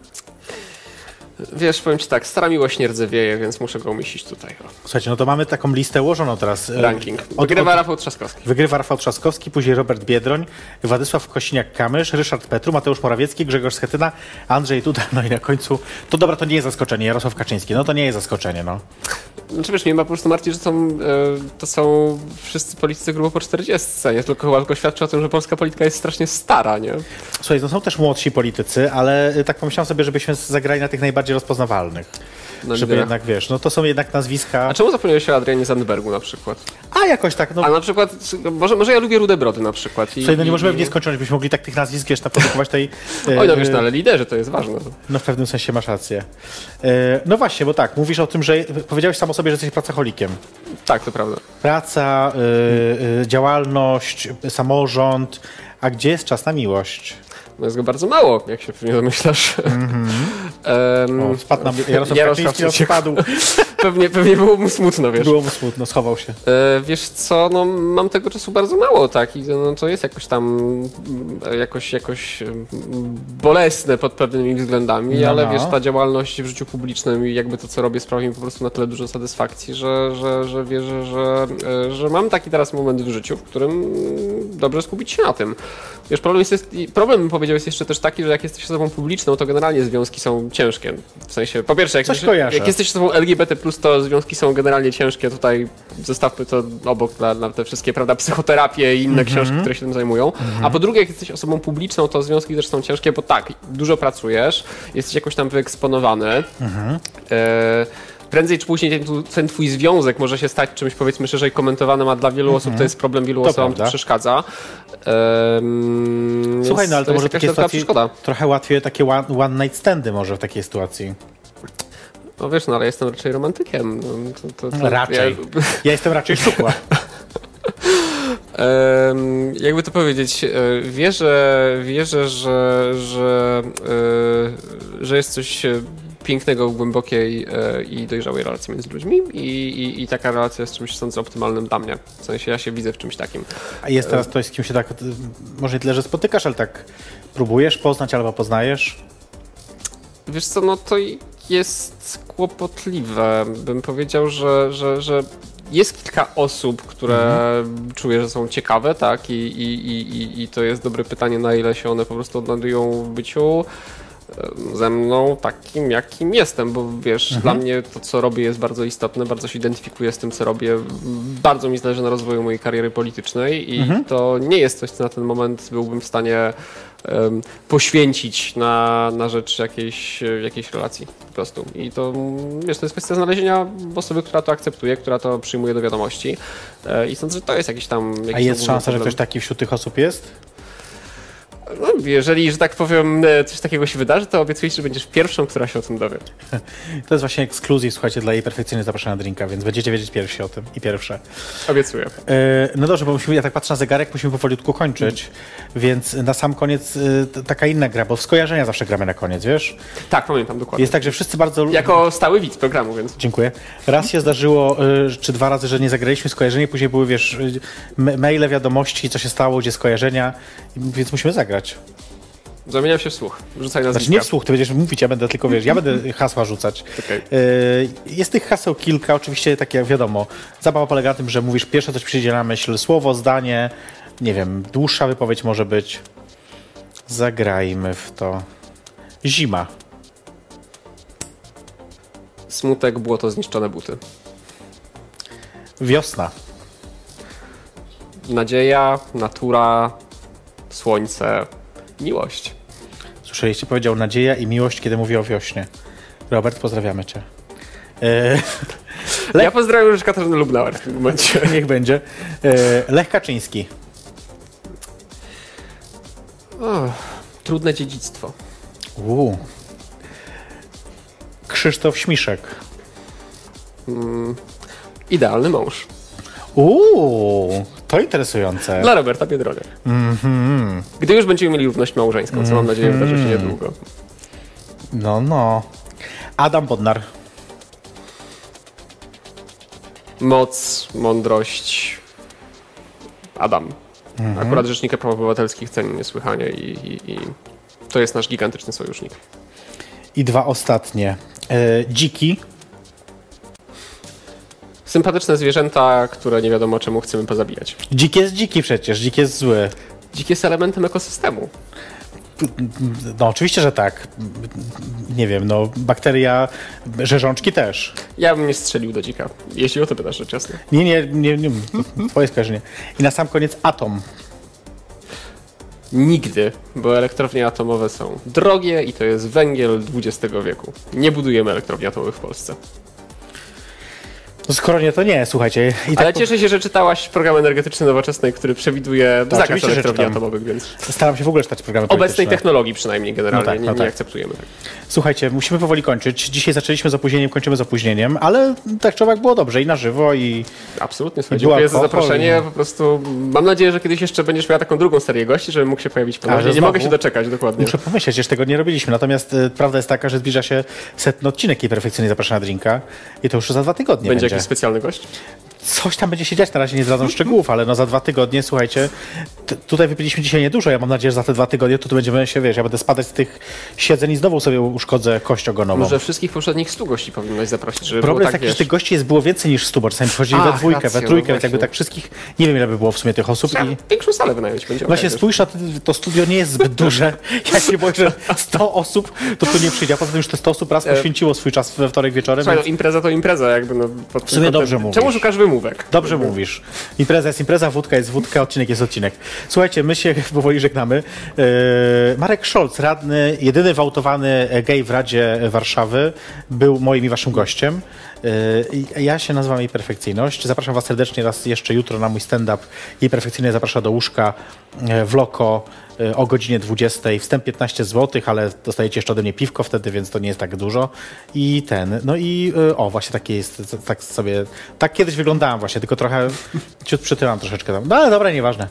Wiesz, powiem ci tak, stara miłość nie rdzewieje, więc muszę go umieścić tutaj. O. Słuchajcie, no to mamy taką listę ułożoną teraz. Ranking. Wygrywa od, Rafał Trzaskowski. Wygrywa Rafał Trzaskowski, później Robert Biedroń, Władysław Kosiniak-Kamysz, Ryszard Petru, Mateusz Morawiecki, Grzegorz Schetyna, Andrzej Duda, no i na końcu, to dobra, to nie jest zaskoczenie, Jarosław Kaczyński, no to nie jest zaskoczenie, no. Znaczy wiesz, mnie ma po prostu martwi, że są, e, to są wszyscy politycy grubo po czterdziestce, nie? Tylko chyba tylko świadczy o tym, że polska polityka jest strasznie stara, nie? Słuchaj, no są też młodsi politycy, ale tak pomyślałem sobie, żebyśmy zagrali na tych najbardziej rozpoznawalnych. No, żeby lidera. Jednak, wiesz, no to są jednak nazwiska... A czemu zapomniałeś o Adrianie Zandbergu na przykład? A jakoś tak, no... A na przykład, może, może ja lubię Rude Brody na przykład. I, Słuchaj, no nie i, możemy i... w nieskończoność, byśmy mogli tak tych nazwisk jeszcze produkować tej... Oj, no wiesz, no, ale liderzy to jest ważne. No w pewnym sensie masz rację. No właśnie, bo tak, mówisz o tym, że powiedziałeś sam o sobie, że jesteś pracocholikiem. Tak, to prawda. Praca, yy, działalność, samorząd, a gdzie jest czas na miłość? No jest go bardzo mało, jak się pewnie domyślasz. Mm-hmm. um, o, spadł nam Jarosław, Jarosław Kaczyński, spadł. pewnie, pewnie było mu smutno, wiesz. Było mu smutno, schował się. E, wiesz co, no mam tego czasu bardzo mało, tak, i no, to jest jakoś tam jakoś, jakoś bolesne pod pewnymi względami, no, ale no. wiesz, ta działalność w życiu publicznym i jakby to, co robię, sprawia mi po prostu na tyle dużo satysfakcji, że, że, że wierzę, że, że mam taki teraz moment w życiu, w którym dobrze skupić się na tym. Wiesz, problem jest, problem bym powiedział jest jeszcze też taki, że jak jesteś osobą publiczną, to generalnie związki są ciężkie. W sensie, po pierwsze, jak, jesteś, jak jesteś osobą L G B T plus, to związki są generalnie ciężkie. Tutaj zostawmy to obok na, na te wszystkie, prawda, psychoterapie i inne mm-hmm. książki, które się tym zajmują. Mm-hmm. A po drugie, jak jesteś osobą publiczną, to związki też są ciężkie, bo tak, dużo pracujesz, jesteś jakoś tam wyeksponowany. Mm-hmm. E- Prędzej czy później ten, ten twój związek może się stać czymś, powiedzmy, szerzej komentowanym, a dla wielu mm-hmm. osób to jest problem, wielu to osobom to przeszkadza. Um, Słuchaj, no ale to, to może w takiej sytuacji trochę łatwiej takie one, one night standy może w takiej sytuacji. No wiesz, no ale jestem raczej romantykiem. No, to, to, to, raczej. Ja, ja jestem raczej szczupła. Um, jakby to powiedzieć, wierzę, wierzę że, że, że jest coś pięknego w głębokiej e, i dojrzałej relacji między ludźmi i, i, i taka relacja jest czymś, sądzę, optymalnym dla mnie. W sensie ja się widzę w czymś takim. A jest teraz ktoś, z kim się tak, może nie tyle, że spotykasz, ale tak próbujesz poznać albo poznajesz? Wiesz co, no to jest kłopotliwe. Bym powiedział, że, że, że jest kilka osób, które mhm. czuję, że są ciekawe, tak? I, i, i, i to jest dobre pytanie, na ile się one po prostu odnajdują w byciu ze mną takim, jakim jestem, bo wiesz, mhm. dla mnie to, co robię, jest bardzo istotne, bardzo się identyfikuję z tym, co robię. Bardzo mi zależy na rozwoju mojej kariery politycznej i mhm. to nie jest coś, co na ten moment byłbym w stanie um, poświęcić na, na rzecz jakiejś, jakiejś relacji po prostu. I to, wiesz, to jest kwestia znalezienia osoby, która to akceptuje, która to przyjmuje do wiadomości i sądzę, że to jest jakiś tam... Jakiś A jest szansa, problem. Że ktoś taki wśród tych osób jest? No, jeżeli, że tak powiem, coś takiego się wydarzy, to obiecuję, że będziesz pierwszą, która się o tym dowie. To jest właśnie ekskluzyw, słuchajcie, dla jej perfekcyjnie zapraszania na drinka, więc będziecie wiedzieć pierwsi o tym i pierwsze. Obiecuję. E, no dobrze, bo musimy, ja tak patrzę na zegarek, musimy powolutku kończyć, mm. więc na sam koniec e, taka inna gra, bo w skojarzenia zawsze gramy na koniec, wiesz? Tak, pamiętam dokładnie. Jest tak, że wszyscy bardzo... Jako stały widz programu, więc... Dziękuję. Raz się zdarzyło, e, czy dwa razy, że nie zagraliśmy skojarzenie, później były, wiesz, maile, wiadomości, co się stało, gdzie skojarzenia, więc musimy zagrać. Zamieniam się w słuch. Rzucaj nazwiska. Znaczy nie w słuch, ty będziesz mówić, ja będę tylko, wiesz, ja będę hasła rzucać. Okay. Jest tych haseł kilka, oczywiście takie jak wiadomo. Zabawa polega na tym, że mówisz pierwsze, co ci przyjdzie na myśl, słowo, zdanie, nie wiem, dłuższa wypowiedź może być. Zagrajmy w to. Zima. Smutek, błoto, zniszczone buty. Wiosna. nadzieja, natura, słońce, miłość. Słyszeliście, powiedział nadzieja i miłość, kiedy mówi o wiośnie. Robert, pozdrawiamy cię. E, Lech... Ja pozdrawiam już Katarzynę Lubnauer w tym momencie. Niech będzie. E, Lech Kaczyński. O, trudne dziedzictwo. Uu. Krzysztof Śmiszek. Mm, idealny mąż. Uuu, to interesujące. Dla Roberta Biedronia. Mm-hmm. Gdy już będziemy mieli równość małżeńską, co mm-hmm. mam nadzieję wydarzy się niedługo. No, no. Adam Bodnar. Moc, mądrość. Adam. Mm-hmm. Akurat Rzecznika Praw Obywatelskich ceni niesłychanie i, i, i to jest nasz gigantyczny sojusznik. I dwa ostatnie. E, dziki. Sympatyczne zwierzęta, które nie wiadomo czemu chcemy pozabijać. Dzik jest dziki przecież, dzik jest zły. Dzik jest elementem ekosystemu. No oczywiście, że tak. Nie wiem, no bakteria, rzeżączki też. Ja bym nie strzelił do dzika, jeśli o to pytasz, rzecz jasna. Nie, nie, nie, nie. Twoje skojarzenie. I na sam koniec atom. Nigdy, bo elektrownie atomowe są drogie i to jest węgiel dwudziestego wieku. Nie budujemy elektrowni atomowych w Polsce. No skoro nie, to nie, słuchajcie. I Ale tak cieszę się, że czytałaś program energetyczny Nowoczesnej, który przewiduje to zakaz elektrowni atomowych, więc... Staram się w ogóle czytać programy Obecnej polityczne. technologii przynajmniej generalnie no tak, no nie, nie tak. akceptujemy. Tak. Słuchajcie, musimy powoli kończyć. Dzisiaj zaczęliśmy z opóźnieniem, kończymy z opóźnieniem, ale tak czy owak było dobrze i na żywo i... Absolutnie, słuchaj, dziękuję za zaproszenie. I... Po prostu mam nadzieję, że kiedyś jeszcze będziesz miała taką drugą serię gości, żeby mógł się pojawić ponownie. Nie znowu? mogę się doczekać, dokładnie. Muszę pomyśleć, jeszcze tego nie robiliśmy. Natomiast y, prawda jest taka, że zbliża się setny odcinek jej perfekcyjnie zapraszana drinka i to już za dwa tygodnie będzie. Będzie jakiś specjalny gość? Coś tam będzie się dziać, na razie nie zdradzą szczegółów, ale no za dwa tygodnie, słuchajcie, t- tutaj wypiliśmy dzisiaj niedużo, ja mam nadzieję, że za te dwa tygodnie to tu będziemy się, wiesz, ja będę spadać z tych siedzeń i znowu sobie uszkodzę kość ogonową. Może wszystkich poprzednich stu gości powinnaś zaprosić, żeby Problem było jest tak, taki, że wiesz... tych gości jest było więcej niż stu, bo czasami przychodzili we dwójkę, we trójkę, więc jakby tak wszystkich, nie wiem ile by było w sumie tych osób. Trzeba I... większą salę wynająć będzie. Właśnie okay, spójrz na to, to studio nie jest zbyt duże. Ja się boję, że sto osób to tu nie przyjdzie, a poza tym już te sto osób raz poświęciło swój czas we wtorek wieczorem. Słuchaj, więc... no impreza to impreza, jakby no... W sumie dobrze mówisz. Czemu szukasz wymówek? Dobrze mówisz. Impreza jest impreza, wódka jest wódka, odcinek jest odcinek. Słuchajcie, my się powoli żegnamy. Yy, Marek Scholz, radny, jedyny wołtowany gej w Radzie Warszawy, był moim i waszym gościem. Yy, ja się nazywam Jej Perfekcyjność. Zapraszam was serdecznie raz jeszcze jutro na mój stand-up. Jej Perfekcyjność zaprasza do łóżka w Loko o godzinie dwudziestej. Wstęp piętnaście złotych, ale dostajecie jeszcze ode mnie piwko wtedy, więc to nie jest tak dużo. I ten, no i o, właśnie takie jest, tak sobie, tak kiedyś wyglądałem właśnie, tylko trochę ciut przytyłam troszeczkę tam. No ale dobra, nieważne.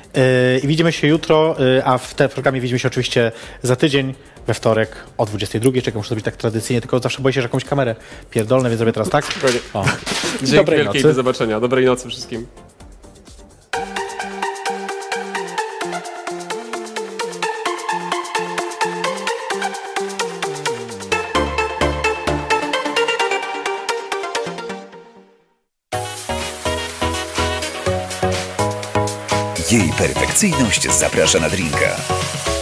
I widzimy się jutro, a w tym programie widzimy się oczywiście za tydzień, we wtorek o dwudziestej drugiej. Czekam, muszę zrobić tak tradycyjnie, tylko zawsze boję się, że jakąś kamerę pierdolnę, więc zrobię teraz tak. O. Dzięki Dobrej wielkiej, nocy. do zobaczenia. Dobrej nocy wszystkim. Jej Perfekcyjność zaprasza na drinka.